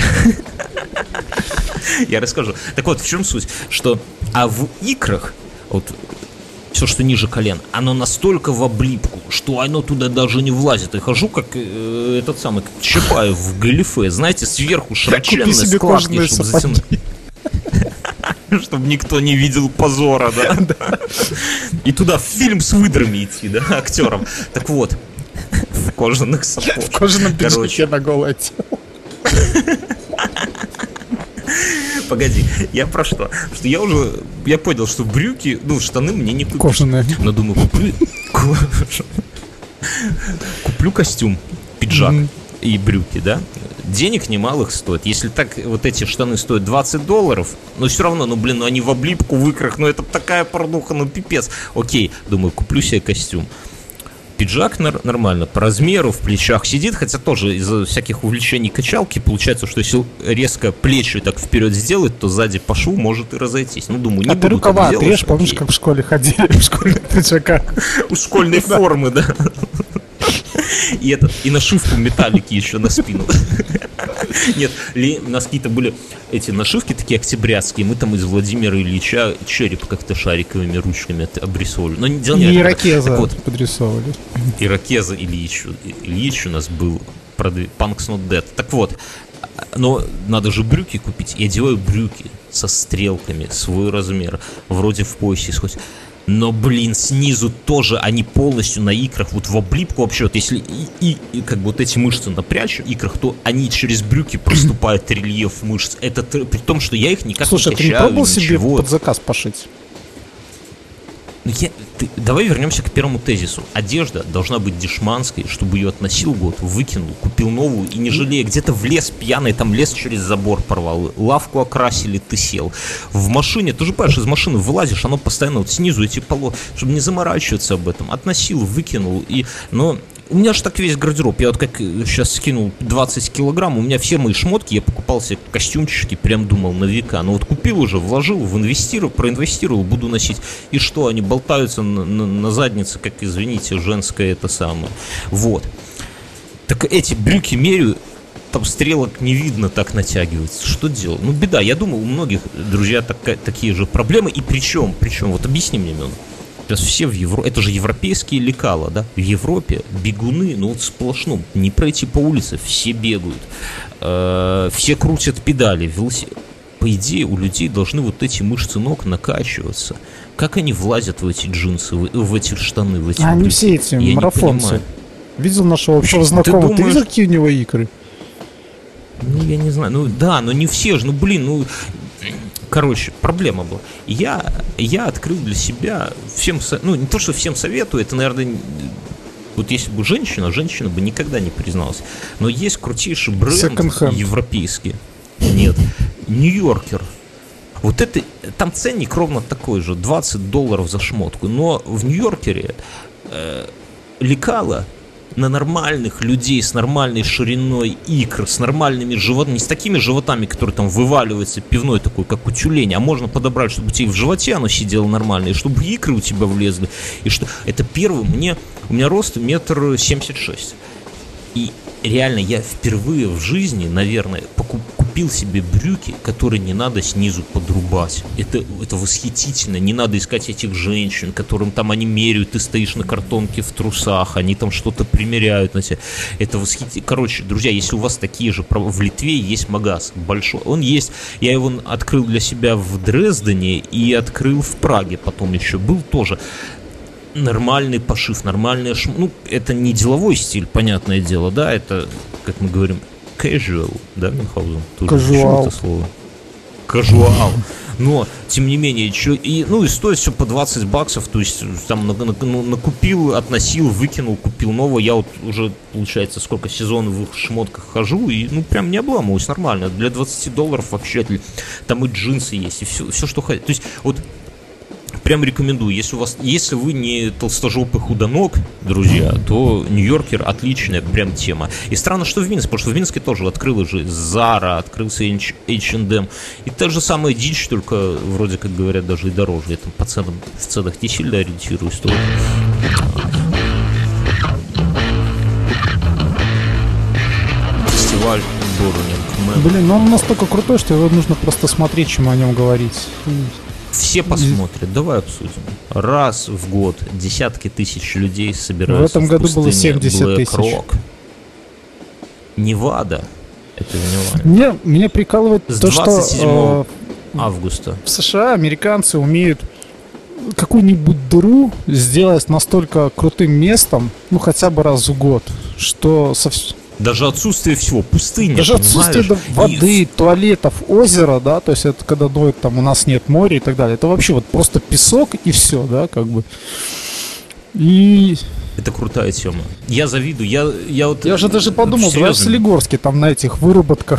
Я расскажу. Так вот, в чем суть? Что, в икрах, вот, все, что ниже колен, оно настолько в облипку, что оно туда даже не влазит. И хожу, как как Чапаев в галифе, знаете, сверху широченные складки, чтобы затянуть. Чтобы никто не видел позора, да? И туда в фильм с выдрами идти, да, актером. Так вот, в кожаных сапогах. В кожаном пиджаке на голое тело. Погоди, я про что? Что я понял, что брюки, штаны мне не купишь. Кожаные. Но думаю, куплю костюм, пиджак и брюки, да? Денег немалых стоит. Если так вот эти штаны стоят $20, но все равно, они в облипку, в икрах, это такая порнуха, пипец. Окей, думаю, куплю себе костюм. Пиджак нормально, по размеру, в плечах сидит, хотя тоже из-за всяких увлечений качалки получается, что если резко плечи так вперед сделать, то сзади по шву может и разойтись. Думаю, не буду рукава так делать. Отрежь, помнишь, как в школе ходили, в школьных пиджаках? У школьной формы, да. И нашивку металлики еще на спину. Нет, у нас какие-то были эти нашивки такие октябрятские. Мы там из Владимира Ильича череп как-то шариковыми ручками обрисовывали. И ирокеза подрисовывали. Ирокеза Ильич у нас был, Punks Not Dead. Так вот, но надо же брюки купить. Я одеваю брюки со стрелками, свой размер. Вроде в поясе сходит. Но, снизу тоже они полностью на икрах, вот в облипку вообще, вот если и как бы вот эти мышцы напрячь в икрах, то они через брюки проступают рельеф мышц. Это при том, что я их никак Слушай, не качаю. Слушай, ты не пробовал себе под заказ пошить? Давай вернемся к первому тезису. Одежда должна быть дешманской, чтобы ее относил год, выкинул, купил новую и не жалея, где-то в лес пьяный, там лес через забор порвал, лавку окрасили, ты сел. В машине, ты же понимаешь, из машины вылазишь, оно постоянно вот снизу эти поло, чтобы не заморачиваться об этом. Относил, выкинул, но у меня же так весь гардероб. Я вот как сейчас скинул 20 килограмм, у меня все мои шмотки, я покупал себе костюмчики, прям думал на века. Но вот купил уже, вложил, проинвестировал, буду носить. И что, они болтаются на заднице, как, извините, женское это самое. Вот. Так эти брюки меряю, там стрелок не видно, так натягивается. Что делать? Беда. Я думал, у многих, друзья, такие же проблемы. И причем, вот объясни мне, Мён. Сейчас все в Европе, это же европейские лекала, да? В Европе бегуны, вот сплошном, не пройти по улице, все бегают, все крутят педали, По идее, у людей должны вот эти мышцы ног накачиваться. Как они влазят в эти джинсы, в эти штаны, в эти брюки? Они все эти марафонцы. Видел нашего общего знакомого? Ты видел, какие у него икры? Я не знаю, но не все же, Короче, проблема была. Я открыл для себя всем, не то, что всем советую, это, наверное, вот если бы женщина бы никогда не призналась. Но есть крутейший бренд европейский. Нет, Нью-Йоркер. Вот это, там ценник ровно такой же, $20 за шмотку. Но в Нью-Йоркере лекала на нормальных людей с нормальной шириной икр, с нормальными животами, не с такими животами, которые там вываливаются пивной такой, как у тюленя, а можно подобрать, чтобы у тебя в животе оно сидело нормально, и чтобы икры у тебя влезли. И что это первый, у меня рост 1,76 м. И реально я впервые в жизни, наверное, купил себе брюки, которые не надо снизу подрубать. Это восхитительно. Не надо искать этих женщин, которым там они меряют, ты стоишь на картонке в трусах, они там что-то примеряют на тебя. Это восхитительно. Короче, друзья, если у вас такие же в Литве есть магаз большой, он есть. Я его открыл для себя в Дрездене и открыл в Праге, потом еще был тоже. Нормальный пошив, нормальная это не деловой стиль, понятное дело, да, это, как мы говорим, casual, да, Мюнхгаузен? Casual. Это слово? Casual. Но, тем не менее, и стоит все по $20, то есть там накупил, относил, выкинул, купил новое. Я вот уже, получается, сколько сезонов в их шмотках хожу, и, прям не обламываюсь, нормально. Для $20 вообще, там и джинсы есть, и все что хотите. То есть, вот, прям рекомендую, если вы не толстожопый худоног, друзья, то Нью-Йоркер отличная прям тема. И странно, что в Минске, потому что в Минске тоже открылась же Zara, открылся H&M. И та же самая дичь, только вроде как говорят даже и дороже. Я там по ценам, в ценах не сильно ориентируюсь. То... Фестиваль Burning Man. Он настолько крутой, что его нужно просто смотреть, чем о нем говорить. Все посмотрят, давай обсудим. Раз в год десятки тысяч людей собираются в году было 70 тысяч. Невада. Это же Невада. Меня прикалывает то, что августа в США американцы умеют какую-нибудь дыру сделать настолько крутым местом, хотя бы раз в год, что Даже отсутствие всего, пустыня, Даже отсутствие воды, туалетов, озера, да, то есть это когда дует, там у нас нет моря и так далее. Это вообще вот просто песок и все, да, как бы. И... Это крутая тема. Я завидую, я вот... Я же даже подумал, давай в Солигорске, там на этих выработках...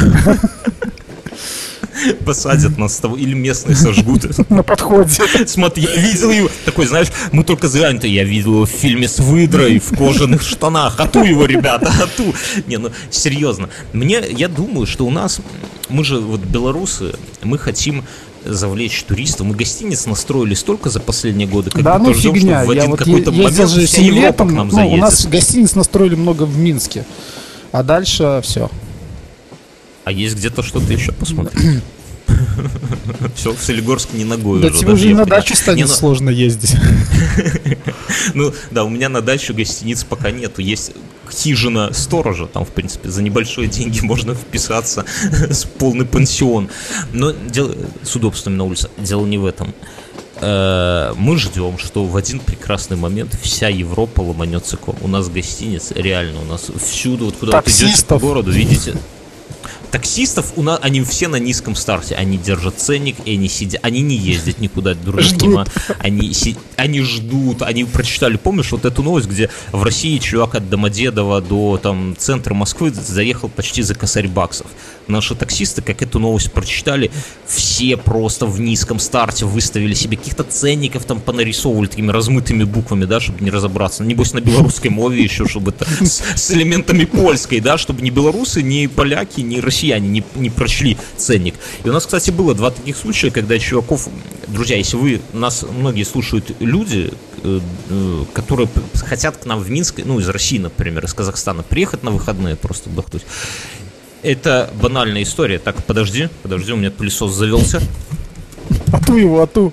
Посадят нас или местные сожгут. На подходе. Смотри, я видел его. Такой, знаешь, мы только зря-то я видел его в фильме с выдрой в кожаных штанах. Ату его, ребята, ату. Не, ну, серьезно. Я думаю, что у нас, мы же вот белорусы, мы хотим завлечь туристов. Мы гостиниц настроили столько за последние годы, как да, ну ждем, фигня. что в один вот какой-то момент же вся Европа к нам заедет. У нас гостиниц настроили много в Минске, а дальше все. А есть где-то что-то еще посмотреть? Все, в Солигорск не ногой да уже. Да тебе уже на дачу станет сложно ездить. Ну, да, у меня на дачу гостиниц пока нету. Есть хижина сторожа, там, в принципе, за небольшие деньги можно вписаться с полный пансион. Но с удобствами на улице. Дело не в этом. Мы ждем, что в один прекрасный момент вся Европа ломанется к вам. У нас гостиниц, реально, у нас всюду, вот куда вы идете по городу, видите... Таксистов они все на низком старте. Они держат ценник, и они сидят. Они не ездят никуда, дуракима. Они ждут. Они прочитали, помнишь, вот эту новость, где в России чувак от Домодедова до там центра Москвы заехал почти за косарь баксов. Наши таксисты, как эту новость прочитали, все просто в низком старте выставили себе каких-то ценников, там понарисовывали такими размытыми буквами, да, чтобы не разобраться. Небось на белорусской мове еще, чтобы это с элементами польской, да, чтобы ни белорусы, ни поляки, ни россияне не прочли ценник. И у нас, кстати, было 2 таких случая, когда чуваков, друзья, если вы, нас многие слушают люди, которые хотят к нам в Минск, ну, из России, например, из Казахстана, приехать на выходные просто отдохнуть. Это банальная история. Так, подожди, у меня пылесос завелся. Ату.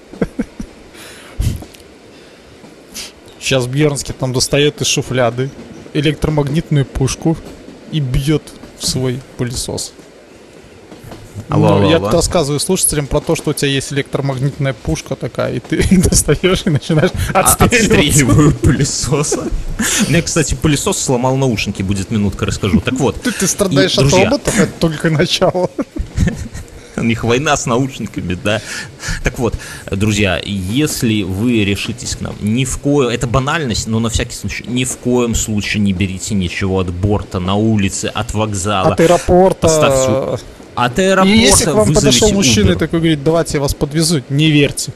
Сейчас Бьернский там достает из шуфляды электромагнитную пушку и бьет в свой пылесос. Алло. Я тут рассказываю слушателям про то, что у тебя есть электромагнитная пушка такая, и ты достаешь и начинаешь отстреливаю пылесоса. Мне, кстати, пылесос сломал наушники, будет минутка, расскажу. Так вот. Ты страдаешь от роботов, это только начало. У них война с наушниками, да. Так вот, друзья, если вы решитесь к нам, это банальность, но на всякий случай, ни в коем случае не берите ничего от борта, на улице, от вокзала. От аэропорта. От аэропорта. И если к вам подошел мужчина и такой говорит, давайте я вас подвезу, не верьте.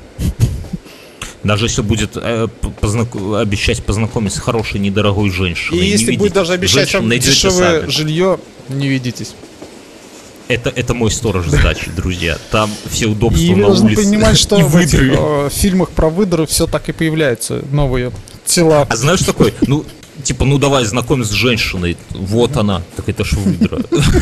Даже если будет обещать познакомиться с хорошей, недорогой женщиной. И если будет даже обещать вам дешевое жилье, не ведитесь. Это мой сторож с дачи, друзья. Там все удобства и на улице. И вы должны понимать, что в фильмах про выдры все так и появляются, новые тела. А знаешь такой, ну давай знакомиться с женщиной. Вот она. Так это ж выдра.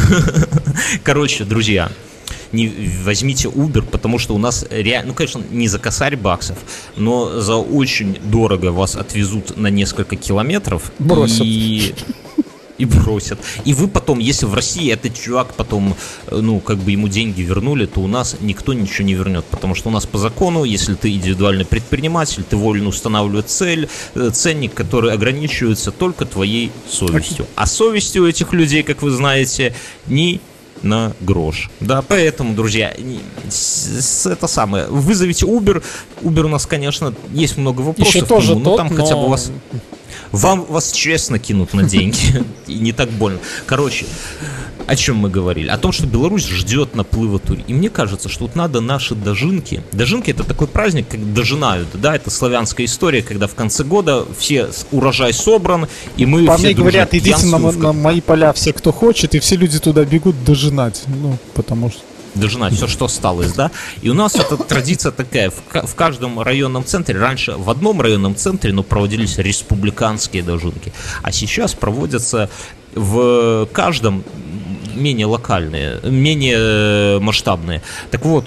Короче, друзья, не возьмите Uber, потому что у нас реально, ну, конечно, не за косарь баксов, но за очень дорого вас отвезут на несколько километров. Бросят. И бросят. И вы потом, если в России этот чувак потом, ну, как бы ему деньги вернули, то у нас никто ничего не вернет. Потому что у нас по закону, если ты индивидуальный предприниматель, ты волен устанавливать ценник, который ограничивается только твоей совестью. А совести у этих людей, как вы знаете, ни на грош. Да, поэтому, друзья, это самое, вызовите Uber. Uber у нас, конечно, есть много вопросов. Еще тоже но там хотя бы вас честно кинут на деньги. И не так больно. Короче, о чем мы говорили? О том, что Беларусь ждет наплыва туристов. И мне кажется, что вот надо наши дожинки. Дожинки — это такой праздник, как дожинают. Да, это славянская история, когда в конце года все урожай собран, и мы по все мне говорят, идите на мои поля все, кто хочет, и все люди туда бегут дожинать. Ну, потому что... Дожинать все, что осталось, да. И у нас эта традиция такая. В каждом районном центре, раньше в одном районном центре, но проводились республиканские дожинки. А сейчас проводятся в каждом менее локальные, менее масштабные. Так вот,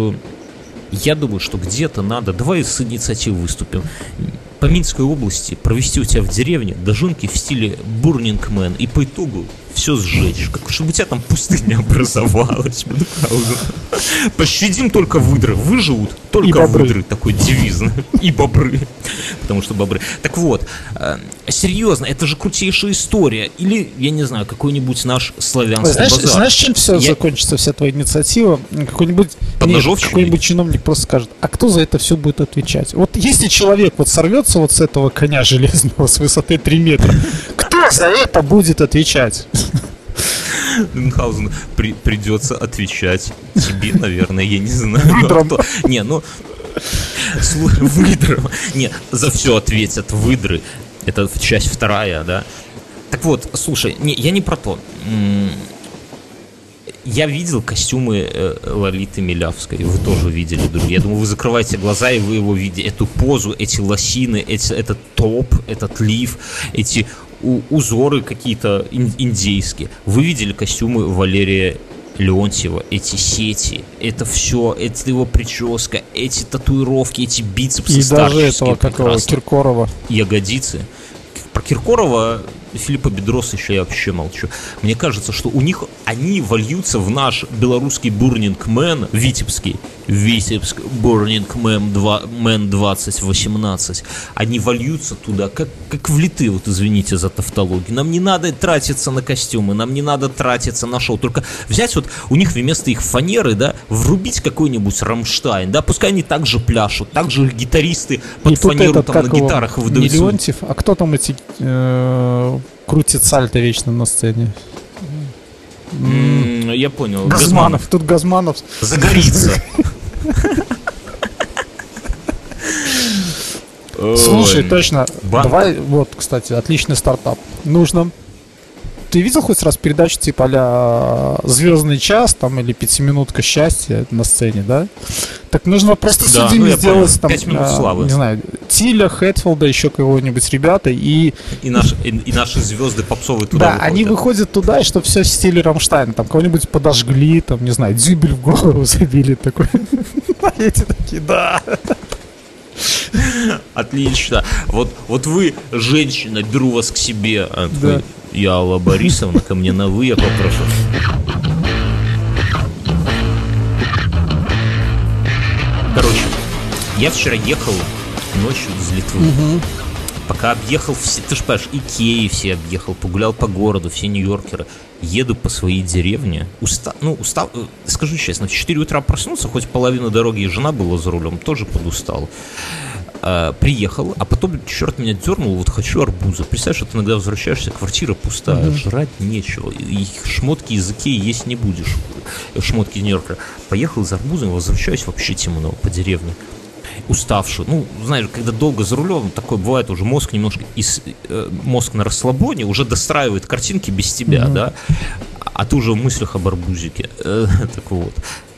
я думаю, что где-то надо, давай с инициативой выступим, по Минской области провести у тебя в деревне дожинки в стиле Burning Man, и по итогу все сжечь, чтобы у тебя там пустыня образовалась. Пощадим только выдры, выживут только выдры, такой девиз. И бобры, потому что бобры. Так вот, серьезно, это же крутейшая история. Или, я не знаю, какой-нибудь наш славянский базар. Знаешь, чем все закончится, вся твоя инициатива? Какой-нибудь чиновник просто скажет, а кто за это все будет отвечать? Вот если человек вот сорвется вот с этого коня железного с высоты 3 метра, кто за это будет отвечать? Мюнхгаузен, придется отвечать тебе, наверное, я не знаю. Не, ну... Выдрам. Не, за все ответят выдры. Это часть 2, да? Так вот, слушай, я не про то. Я видел костюмы Лолиты Милявской. Вы тоже видели, друзья. Я думаю, вы закрываете глаза, и вы его видите. Эту позу, эти лосины, этот топ, этот лиф, эти узоры какие-то индейские. Вы видели костюмы Валерия Леонтьева, эти сети, это все, это его прическа, эти татуировки, эти бицепсы старческие. И даже этого, какого, Киркорова. Ягодицы. Про Киркорова, Филиппа Бедроса еще я вообще молчу. Мне кажется, что у них они вольются в наш белорусский Burning Man, Витебск Burning Man 2018. Они вольются туда, как влиты, вот извините за тавтологию. Нам не надо тратиться на костюмы, нам не надо тратиться на шоу. Только взять вот у них вместо их фанеры, да, врубить какой-нибудь Рамштайн, да, пускай они так же пляшут, так же гитаристы под фанеру там на гитарах выдают. Не Леонтьев, а кто там эти крутит сальто вечно на сцене? Я понял. Газманов. Тут Газманов. Загорится. Слушай, точно. Давай, вот, кстати, отличный стартап. Нужно. Ты видел хоть раз передачу типа а-ля «Звездный час» там или «Пятиминутка счастья» на сцене, да? Так нужно просто судьями сделать там, 5 минут славы. Не знаю, Тиля, Хэтфилда, еще кого-нибудь ребята и наши звезды попсовые туда выходят. Да, они выходят туда, и что все в стиле Рамштайна. Там кого-нибудь подожгли, там, не знаю, дюбель в голову забили такой. Эти такие, да. Отлично. Вот вы, женщина, беру вас к себе. Да. Я Алла Борисовна, ко мне на «вы» я попрошу. Короче, я вчера ехал ночью из Литвы. Пока объехал все, ты ж понимаешь, Икеи все объехал, погулял по городу, все нью-йоркеры. Еду по своей деревне. Устал, скажу честно, в 4 утра проснулся, хоть половину дороги и жена была за рулем, тоже подустал. Приехал, а потом черт меня дернул, вот хочу арбуза. Представляешь, что ты иногда возвращаешься, квартира пустая, жрать нечего, и шмотки из Икеи есть не будешь, шмотки Нью-Йорка. Поехал за арбузом, возвращаюсь, вообще темно по деревне. Уставший, знаешь, когда долго за рулем, такое бывает, уже мозг немножко, мозг на расслабоне, уже достраивает картинки без тебя, да, а ты уже в мыслях об арбузике. Так вот,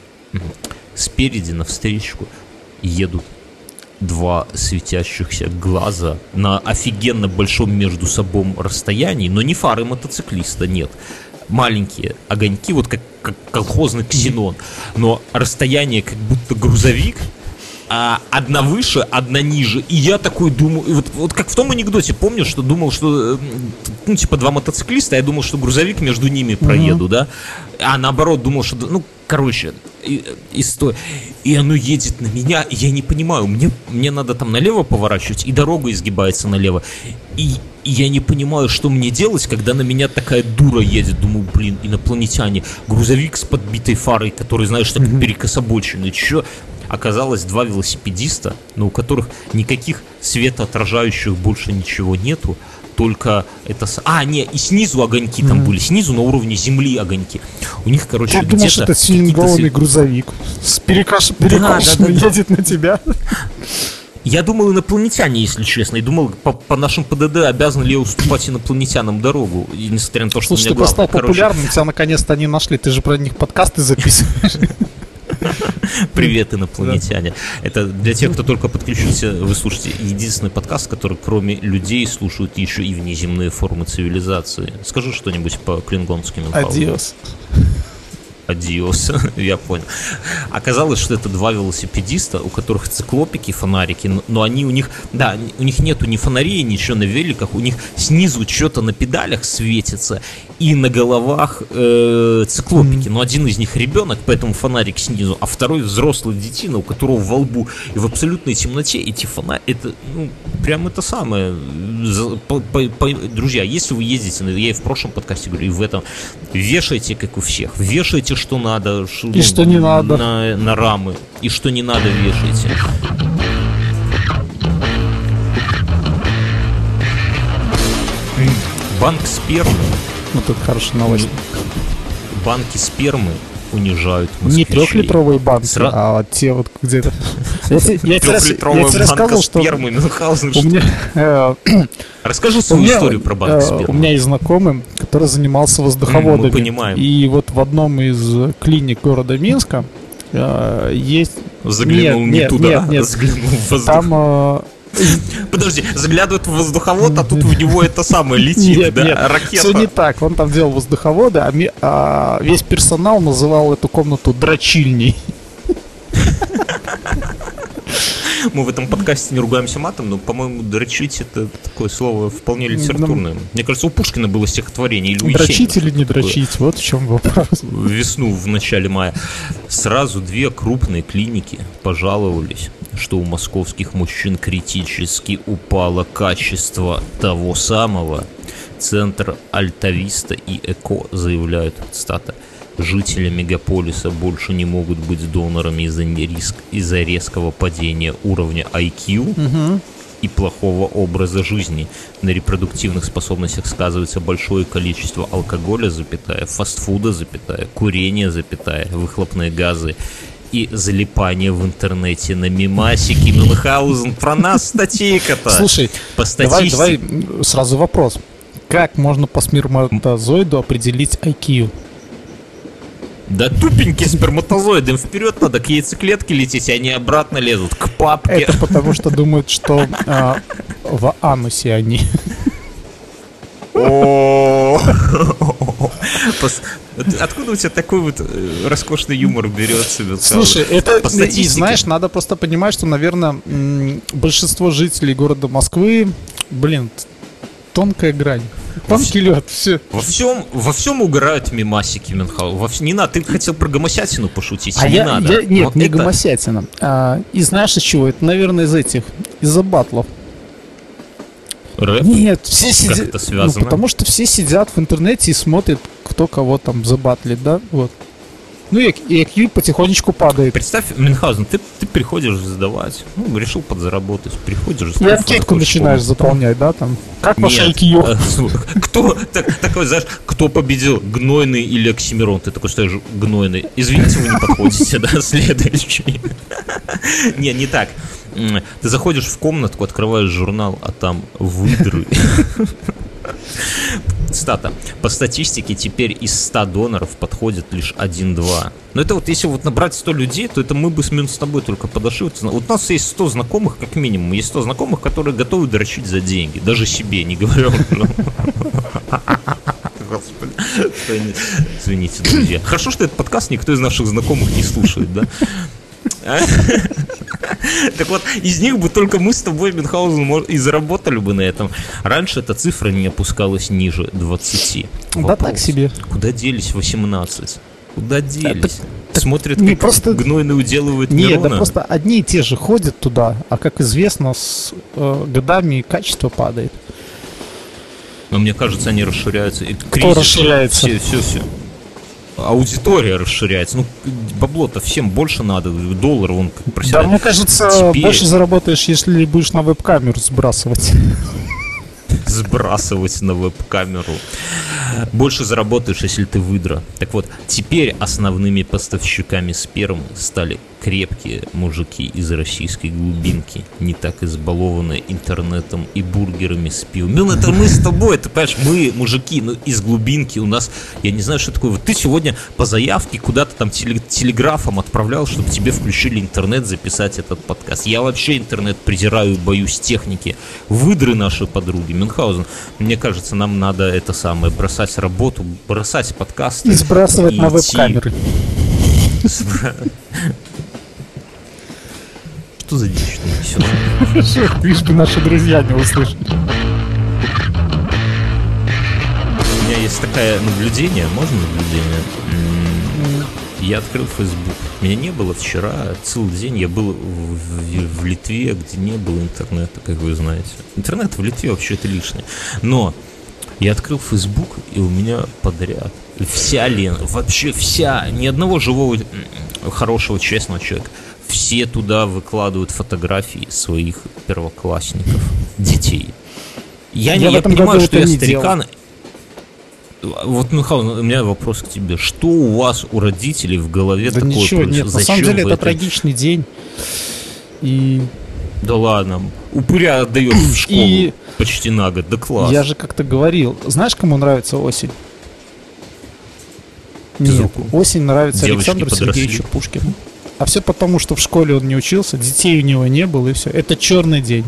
спереди навстречу едут 2 светящихся глаза на офигенно большом между собой расстоянии, но не фары мотоциклиста, нет. Маленькие огоньки, вот как колхозный ксенон, но расстояние как будто грузовик, одна выше, одна ниже. И я такой думаю, вот как в том анекдоте, помню, что думал, что, типа 2 мотоциклиста, я думал, что грузовик между ними проеду, да, а наоборот думал, что, короче, и оно едет на меня, и я не понимаю, мне надо там налево поворачивать, и дорога изгибается налево, и я не понимаю, что мне делать, когда на меня такая дура едет. Думаю, блин, инопланетяне, грузовик с подбитой фарой, который, знаешь, так перекособоченный, чё? Оказалось 2 велосипедиста, но у которых никаких светоотражающих больше ничего нету, только это... и снизу огоньки там были, снизу на уровне земли огоньки. У них, короче, я думал, что это силингованный грузовик с перекошенным едет на тебя. Я думал, инопланетяне, если честно. И думал, по нашим ПДД обязан ли я уступать инопланетянам дорогу. И несмотря на то, что слушай, у меня главное. Слушай, ты стал популярным, тебя наконец-то они нашли. Ты же про них подкасты записываешь. Привет, инопланетяне. Это для тех, кто только подключился, вы слушаете единственный подкаст, который кроме людей слушают еще и внеземные формы цивилизации. Скажи что-нибудь по-клингонски. Адиос. Адиос, я понял. Оказалось, что это два велосипедиста, у которых циклопики, фонарики, но они у них, да, у них нету ни фонарей, ничего на великах, у них снизу что-то на педалях светится, и на головах циклопики. Но один из них ребенок, поэтому фонарик снизу, а второй взрослый детина, у которого во лбу. И в абсолютной темноте эти фонари, это, ну, прям это самое. Друзья, если вы ездите, я и в прошлом подкасте говорю, и в этом, вешайте, как у всех, вешайте, что надо, и что не надо на рамы, и что не надо, вешайте. Банк спермы. Ну, тут хорошая новость. Банки спермы унижают москвичей. Не 3-литровые банки, а те вот где-то... Я тебе рассказывал, что... спермы, Мюнхгаузен. У меня... Расскажи свою историю про банк спермы. У меня есть знакомый, который занимался воздуховодами. Мы понимаем. И вот в одном из клиник города Минска есть... Заглянул не туда, заглянул в воздух. Там... Подожди, заглядывает в воздуховод, а тут в него это самое летит, да? Ракета. Все не так, он там делал воздуховоды, а весь персонал называл эту комнату дрочильней. Мы в этом подкасте не ругаемся матом, но, по-моему, дрочить — это такое слово вполне литературное. Мне кажется, у Пушкина было стихотворение. Или у дрочить или не дрочить, вот в чем вопрос. Весну в начале мая. Сразу две крупные клиники пожаловались, что у московских мужчин критически упало качество того самого. Центр Альтависта и ЭКО заявляют, цитата: «Жители мегаполиса больше не могут быть донорами из-за резкого падения уровня IQ и плохого образа жизни. На репродуктивных способностях сказывается большое количество алкоголя, фастфуда, курения, выхлопные газы и залипание в интернете на мемасики». Мюнхгаузен, про нас статейка-то. Слушай, по статистике. Давай сразу вопрос. Как можно по сперматозоиду определить IQ? Да тупенькие сперматозоиды, им вперед надо к яйцеклетке лететь, а они обратно лезут к папке. Это потому что думают, что в анусе они. Откуда у тебя такой вот роскошный юмор берется? Слушай, это, и знаешь, надо просто понимать, что, наверное, большинство жителей города Москвы, тонкая грань. Тонкий лед, все. Во всем угорают мемасики, Мюнхгаузен. Не надо, ты хотел про гомосятину пошутить, надо. Нет, вот не это... гомосятина. И знаешь из чего? Это, наверное, из-за батлов. Рэп? Нет, все сидят. Как это связано? Потому что все сидят в интернете и смотрят, кто кого там забатлит, да? Вот. Ну и IQ потихонечку падает. Представь, Мюнхгаузен, ты приходишь сдавать, решил подзаработать, приходишь... И анкетку начинаешь заполнять, да, там? Как ваш IQ? Кто, такой, знаешь, кто победил, Гнойный или Оксимирон? Ты такой стоишь, Гнойный. Извините, вы не подходите, да, следующий. Не так. Ты заходишь в комнатку, открываешь журнал, а там выдры. Цитата: «По статистике теперь из 100 доноров подходит лишь 1-2». Но это вот если вот набрать 100 людей, то это мы бы с тобой только подошли. Вот у нас есть 100 знакомых, как минимум. Есть 100 знакомых, которые готовы дрочить за деньги. Даже себе, не говорю. Господи. Извините, друзья. Хорошо, что этот подкаст никто из наших знакомых не слушает, да? Так вот, из них бы только мы с тобой, Мюнхгаузен, и заработали бы на этом. Раньше эта цифра не опускалась ниже 20. Да вопрос: так себе. Куда делись 18? Куда делись? Смотрят, как просто... Гнойный уделывает Мирона. Нет, да просто одни и те же ходят туда, а, как известно, с годами качество падает. Но мне кажется, они расширяются. Кто расширяется? Все. Аудитория расширяется. Ну, бабло-то всем больше надо. Доллар, он как проседает. Да, мне кажется, больше заработаешь, если будешь на веб-камеру сбрасывать. Сбрасывать на веб-камеру. Больше заработаешь, если ты выдра. Так вот, теперь основными поставщиками спермы стали крепкие мужики из российской глубинки, не так избалованные интернетом и бургерами с пивом. Ну, это мы с тобой, ты понимаешь, мы, мужики, из глубинки, у нас, я не знаю, что такое. Вот ты сегодня по заявке куда-то там телеграфом отправлял, чтобы тебе включили интернет записать этот подкаст. Я вообще интернет презираю, боюсь техники. Выдры наши подруги. Мюнхгаузен, мне кажется, нам надо это самое, бросать работу, бросать подкасты. И сбрасывать на веб-камеры. Что за дичь ты несешь? Лишь бы наши друзья не услышали. У меня есть такое наблюдение, можно наблюдение? Я открыл Facebook. Меня не было вчера, целый день я был в Литве, где не было интернета, как вы знаете. Интернет в Литве вообще это лишнее. Но я открыл Facebook, и у меня подряд вся лента, вообще вся, ни одного живого, хорошего, честного человека. Все туда выкладывают фотографии своих первоклассников, детей. Я понимаю, что я старикан. Вот, Михаил, у меня вопрос к тебе. Что у вас, у родителей в голове да такое ничего, происходит? нет, на самом деле это трагичный день. И... Да ладно, упыря отдаешь в школу почти на год, да класс. Я же как-то говорил, знаешь, кому нравится осень? Нет, осень нравится девочки Александру подросли. Сергеевичу Пушкину. А все потому, что в школе он не учился, детей у него не было, и все. Это черный день.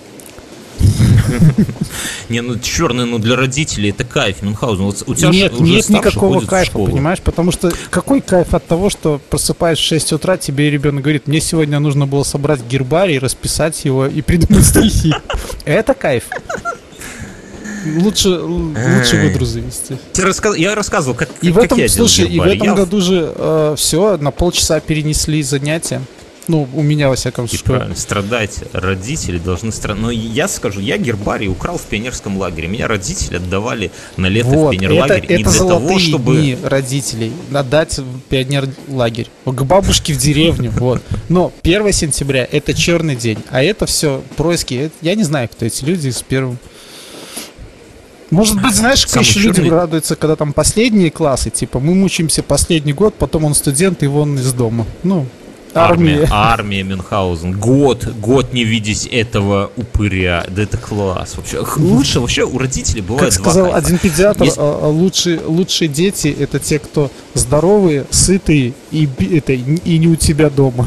Не, ну черный, ну для родителей это кайф, Мюнхгаузен. Вот у тебя нет уже никакого кайфа, понимаешь? Потому что какой кайф от того, что просыпаясь в 6 утра, тебе ребенок говорит: мне сегодня нужно было собрать гербарий, расписать его и придумать стихи. Это кайф. Лучше выдру завести. Я рассказывал, как и в этом, я делал слушай, гербарий. И в этом году же все, на полчаса перенесли занятия. Ну, у меня, во всяком случае. Правильно, страдайте. Родители должны страдать. Но я скажу, я гербарий украл в пионерском лагере. Меня родители отдавали на лето в пионерлагерь. Это золотые дни родителей. Отдать в пионерлагерь. К бабушке в деревню. Вот. Но 1 сентября это черный день. А это все происки. Я не знаю, кто эти люди с первым. Может быть, знаешь, как еще людям радуются, когда там последние классы. Типа, мы мучаемся последний год, потом он студент, и вон из дома. Ну, Армия Мюнхгаузен. Год не видеть этого упыря. Да это класс. Вообще. Лучше вообще у родителей бывает два кайфа. Как сказал один педиатр, лучшие дети — это те, кто здоровые, сытые и не у тебя дома.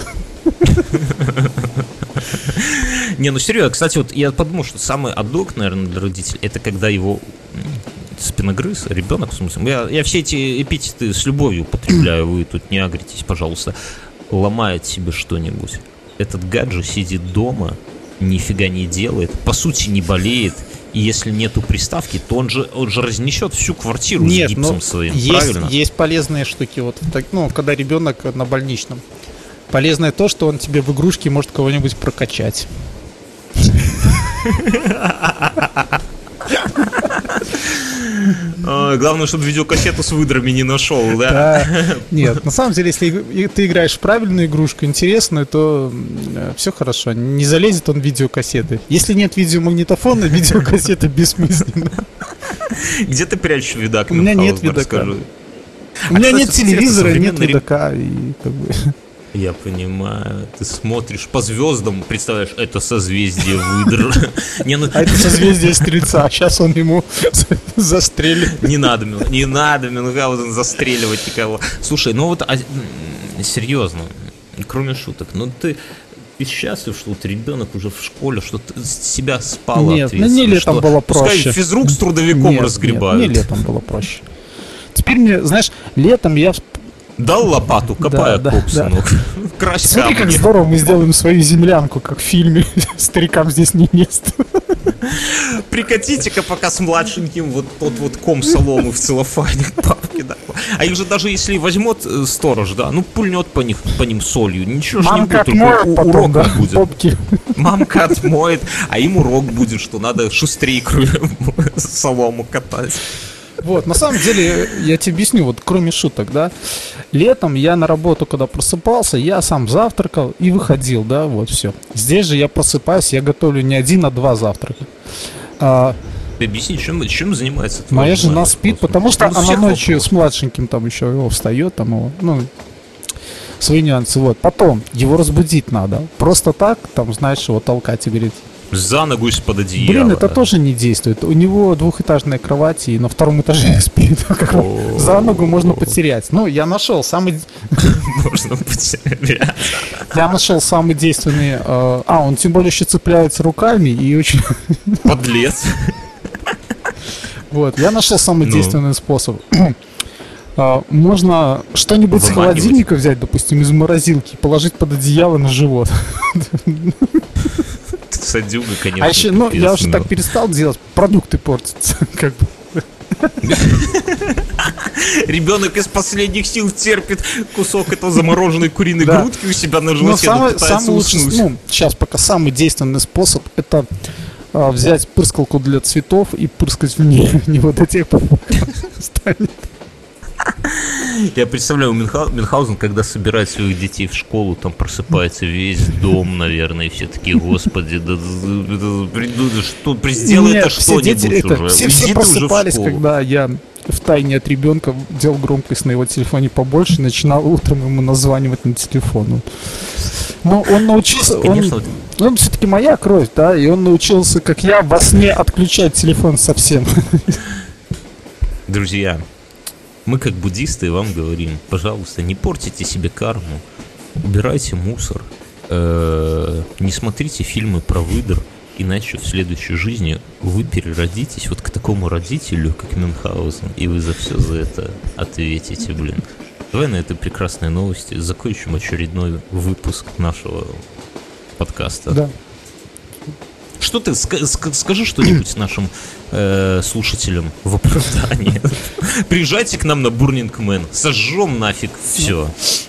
Не, ну серьезно, кстати, вот я подумал, что самый адок, наверное, для родителей, это когда его спиногрыз, ребенок, в смысле, я все эти эпитеты с любовью употребляю, вы тут не агритесь, пожалуйста, ломает себе что-нибудь. Этот гад же сидит дома, нифига не делает, по сути не болеет, и если нету приставки, то он же разнесет всю квартиру с гипсом своим, правильно? Есть полезные штуки, вот, когда ребенок на больничном. Полезное то, что он тебе в игрушке может кого-нибудь прокачать. Главное, чтобы видеокассету с выдрами не нашел, да? Нет, на самом деле, если ты играешь в правильную игрушку, интересную, то все хорошо. Не залезет он в видеокассеты. Если нет видеомагнитофона, видеокассета бессмысленна. Где ты прячешь видак? У меня нет видака. У меня нет телевизора, нет видака. Я понимаю, ты смотришь по звездам, представляешь, это созвездие выдр. А это созвездие Стрельца, сейчас он ему застрелит. Не надо Мюнхгаузен застреливать никого. Слушай, ну вот, серьезно, кроме шуток, ну ты счастлив, что вот ребенок уже в школе, что ты с себя спала ответственность? Нет, мне летом было проще. Пускай физрук с трудовиком разгребают. Мне летом было проще. Теперь мне, знаешь, летом я... Дал лопату, копая коп, сынок. Крась Смотри, как здорово мы сделаем свою землянку, как в фильме. Старикам здесь не место. Прикатите-ка пока с младшеньким вот тот вот ком соломы в целлофане папки, да. А их же даже если возьмет сторож, да, ну пульнет по ним солью, ничего ж не будет, только урок да, будет. Попки. Мамка отмоет, а им урок будет, что надо шустрее солому катать. Вот, на самом деле, я тебе объясню, вот кроме шуток, да, летом я на работу, когда просыпался, я сам завтракал и выходил, да, вот все. Здесь же я просыпаюсь, я готовлю не 1, а 2 завтрака. Ты объясни, чем занимается твоя моя жена спит, потому что она ночью с младшеньким там еще его встает, там его, ну, свои нюансы, вот. Потом его разбудить надо, просто так, там, знаешь, его толкать и говорить. За ногу из-под одеяла. Блин, это тоже не действует. У него двухэтажная кровать, и на 2-м этаже спит. За ногу можно потерять. Ну, я нашел самый можно потерять. Я нашел самый действенный... он тем более еще цепляется руками и очень... Подлец. Вот, я нашел самый действенный способ. Можно что-нибудь с холодильника взять, допустим, из морозилки, положить под одеяло на живот. Садюга, конечно. А еще, я уже так перестал делать, продукты портятся, как бы. Ребенок из последних сил терпит кусок этого замороженной куриной грудки у себя на животе, самый лучший, сейчас пока самый действенный способ — это взять пырскалку для цветов и пырскать в него до тех пор, пока станет. Я представляю, Мюнхгаузен, когда собирает своих детей в школу, там просыпается весь дом, наверное, и все такие: господи, сделай это что-нибудь уже. Все просыпались, когда я втайне от ребенка делал громкость на его телефоне побольше, начинал утром ему названивать на телефон. Но он научился, он все-таки моя кровь, да, и он научился, как я, во сне отключать телефон совсем. Друзья, мы как буддисты вам говорим: пожалуйста, не портите себе карму, убирайте мусор, не смотрите фильмы про выдр, иначе в следующей жизни вы переродитесь вот к такому родителю, как Мюнхгаузен, и вы за все за это ответите, блин. Давай на этой прекрасной новости закончим очередной выпуск нашего подкаста. Да. Что ты, скажи что-нибудь нашим слушателям в оправдании. Приезжайте к нам на Burning Man, сожжем нафиг все.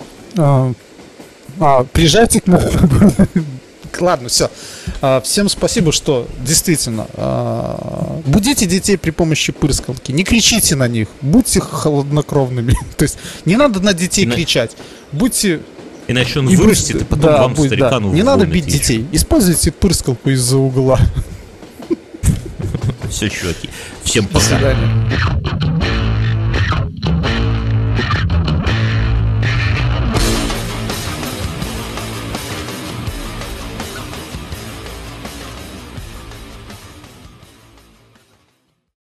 Приезжайте к нам. Ладно, все. Всем спасибо, что действительно будите детей при помощи пырскалки. Не кричите на них, будьте холоднокровными. То есть не надо на детей кричать. Будьте... Иначе он вырастет, и потом вам, старикану, не надо бить детей. Используйте пырскалку из-за угла. Все, чуваки. Всем пока. До свидания.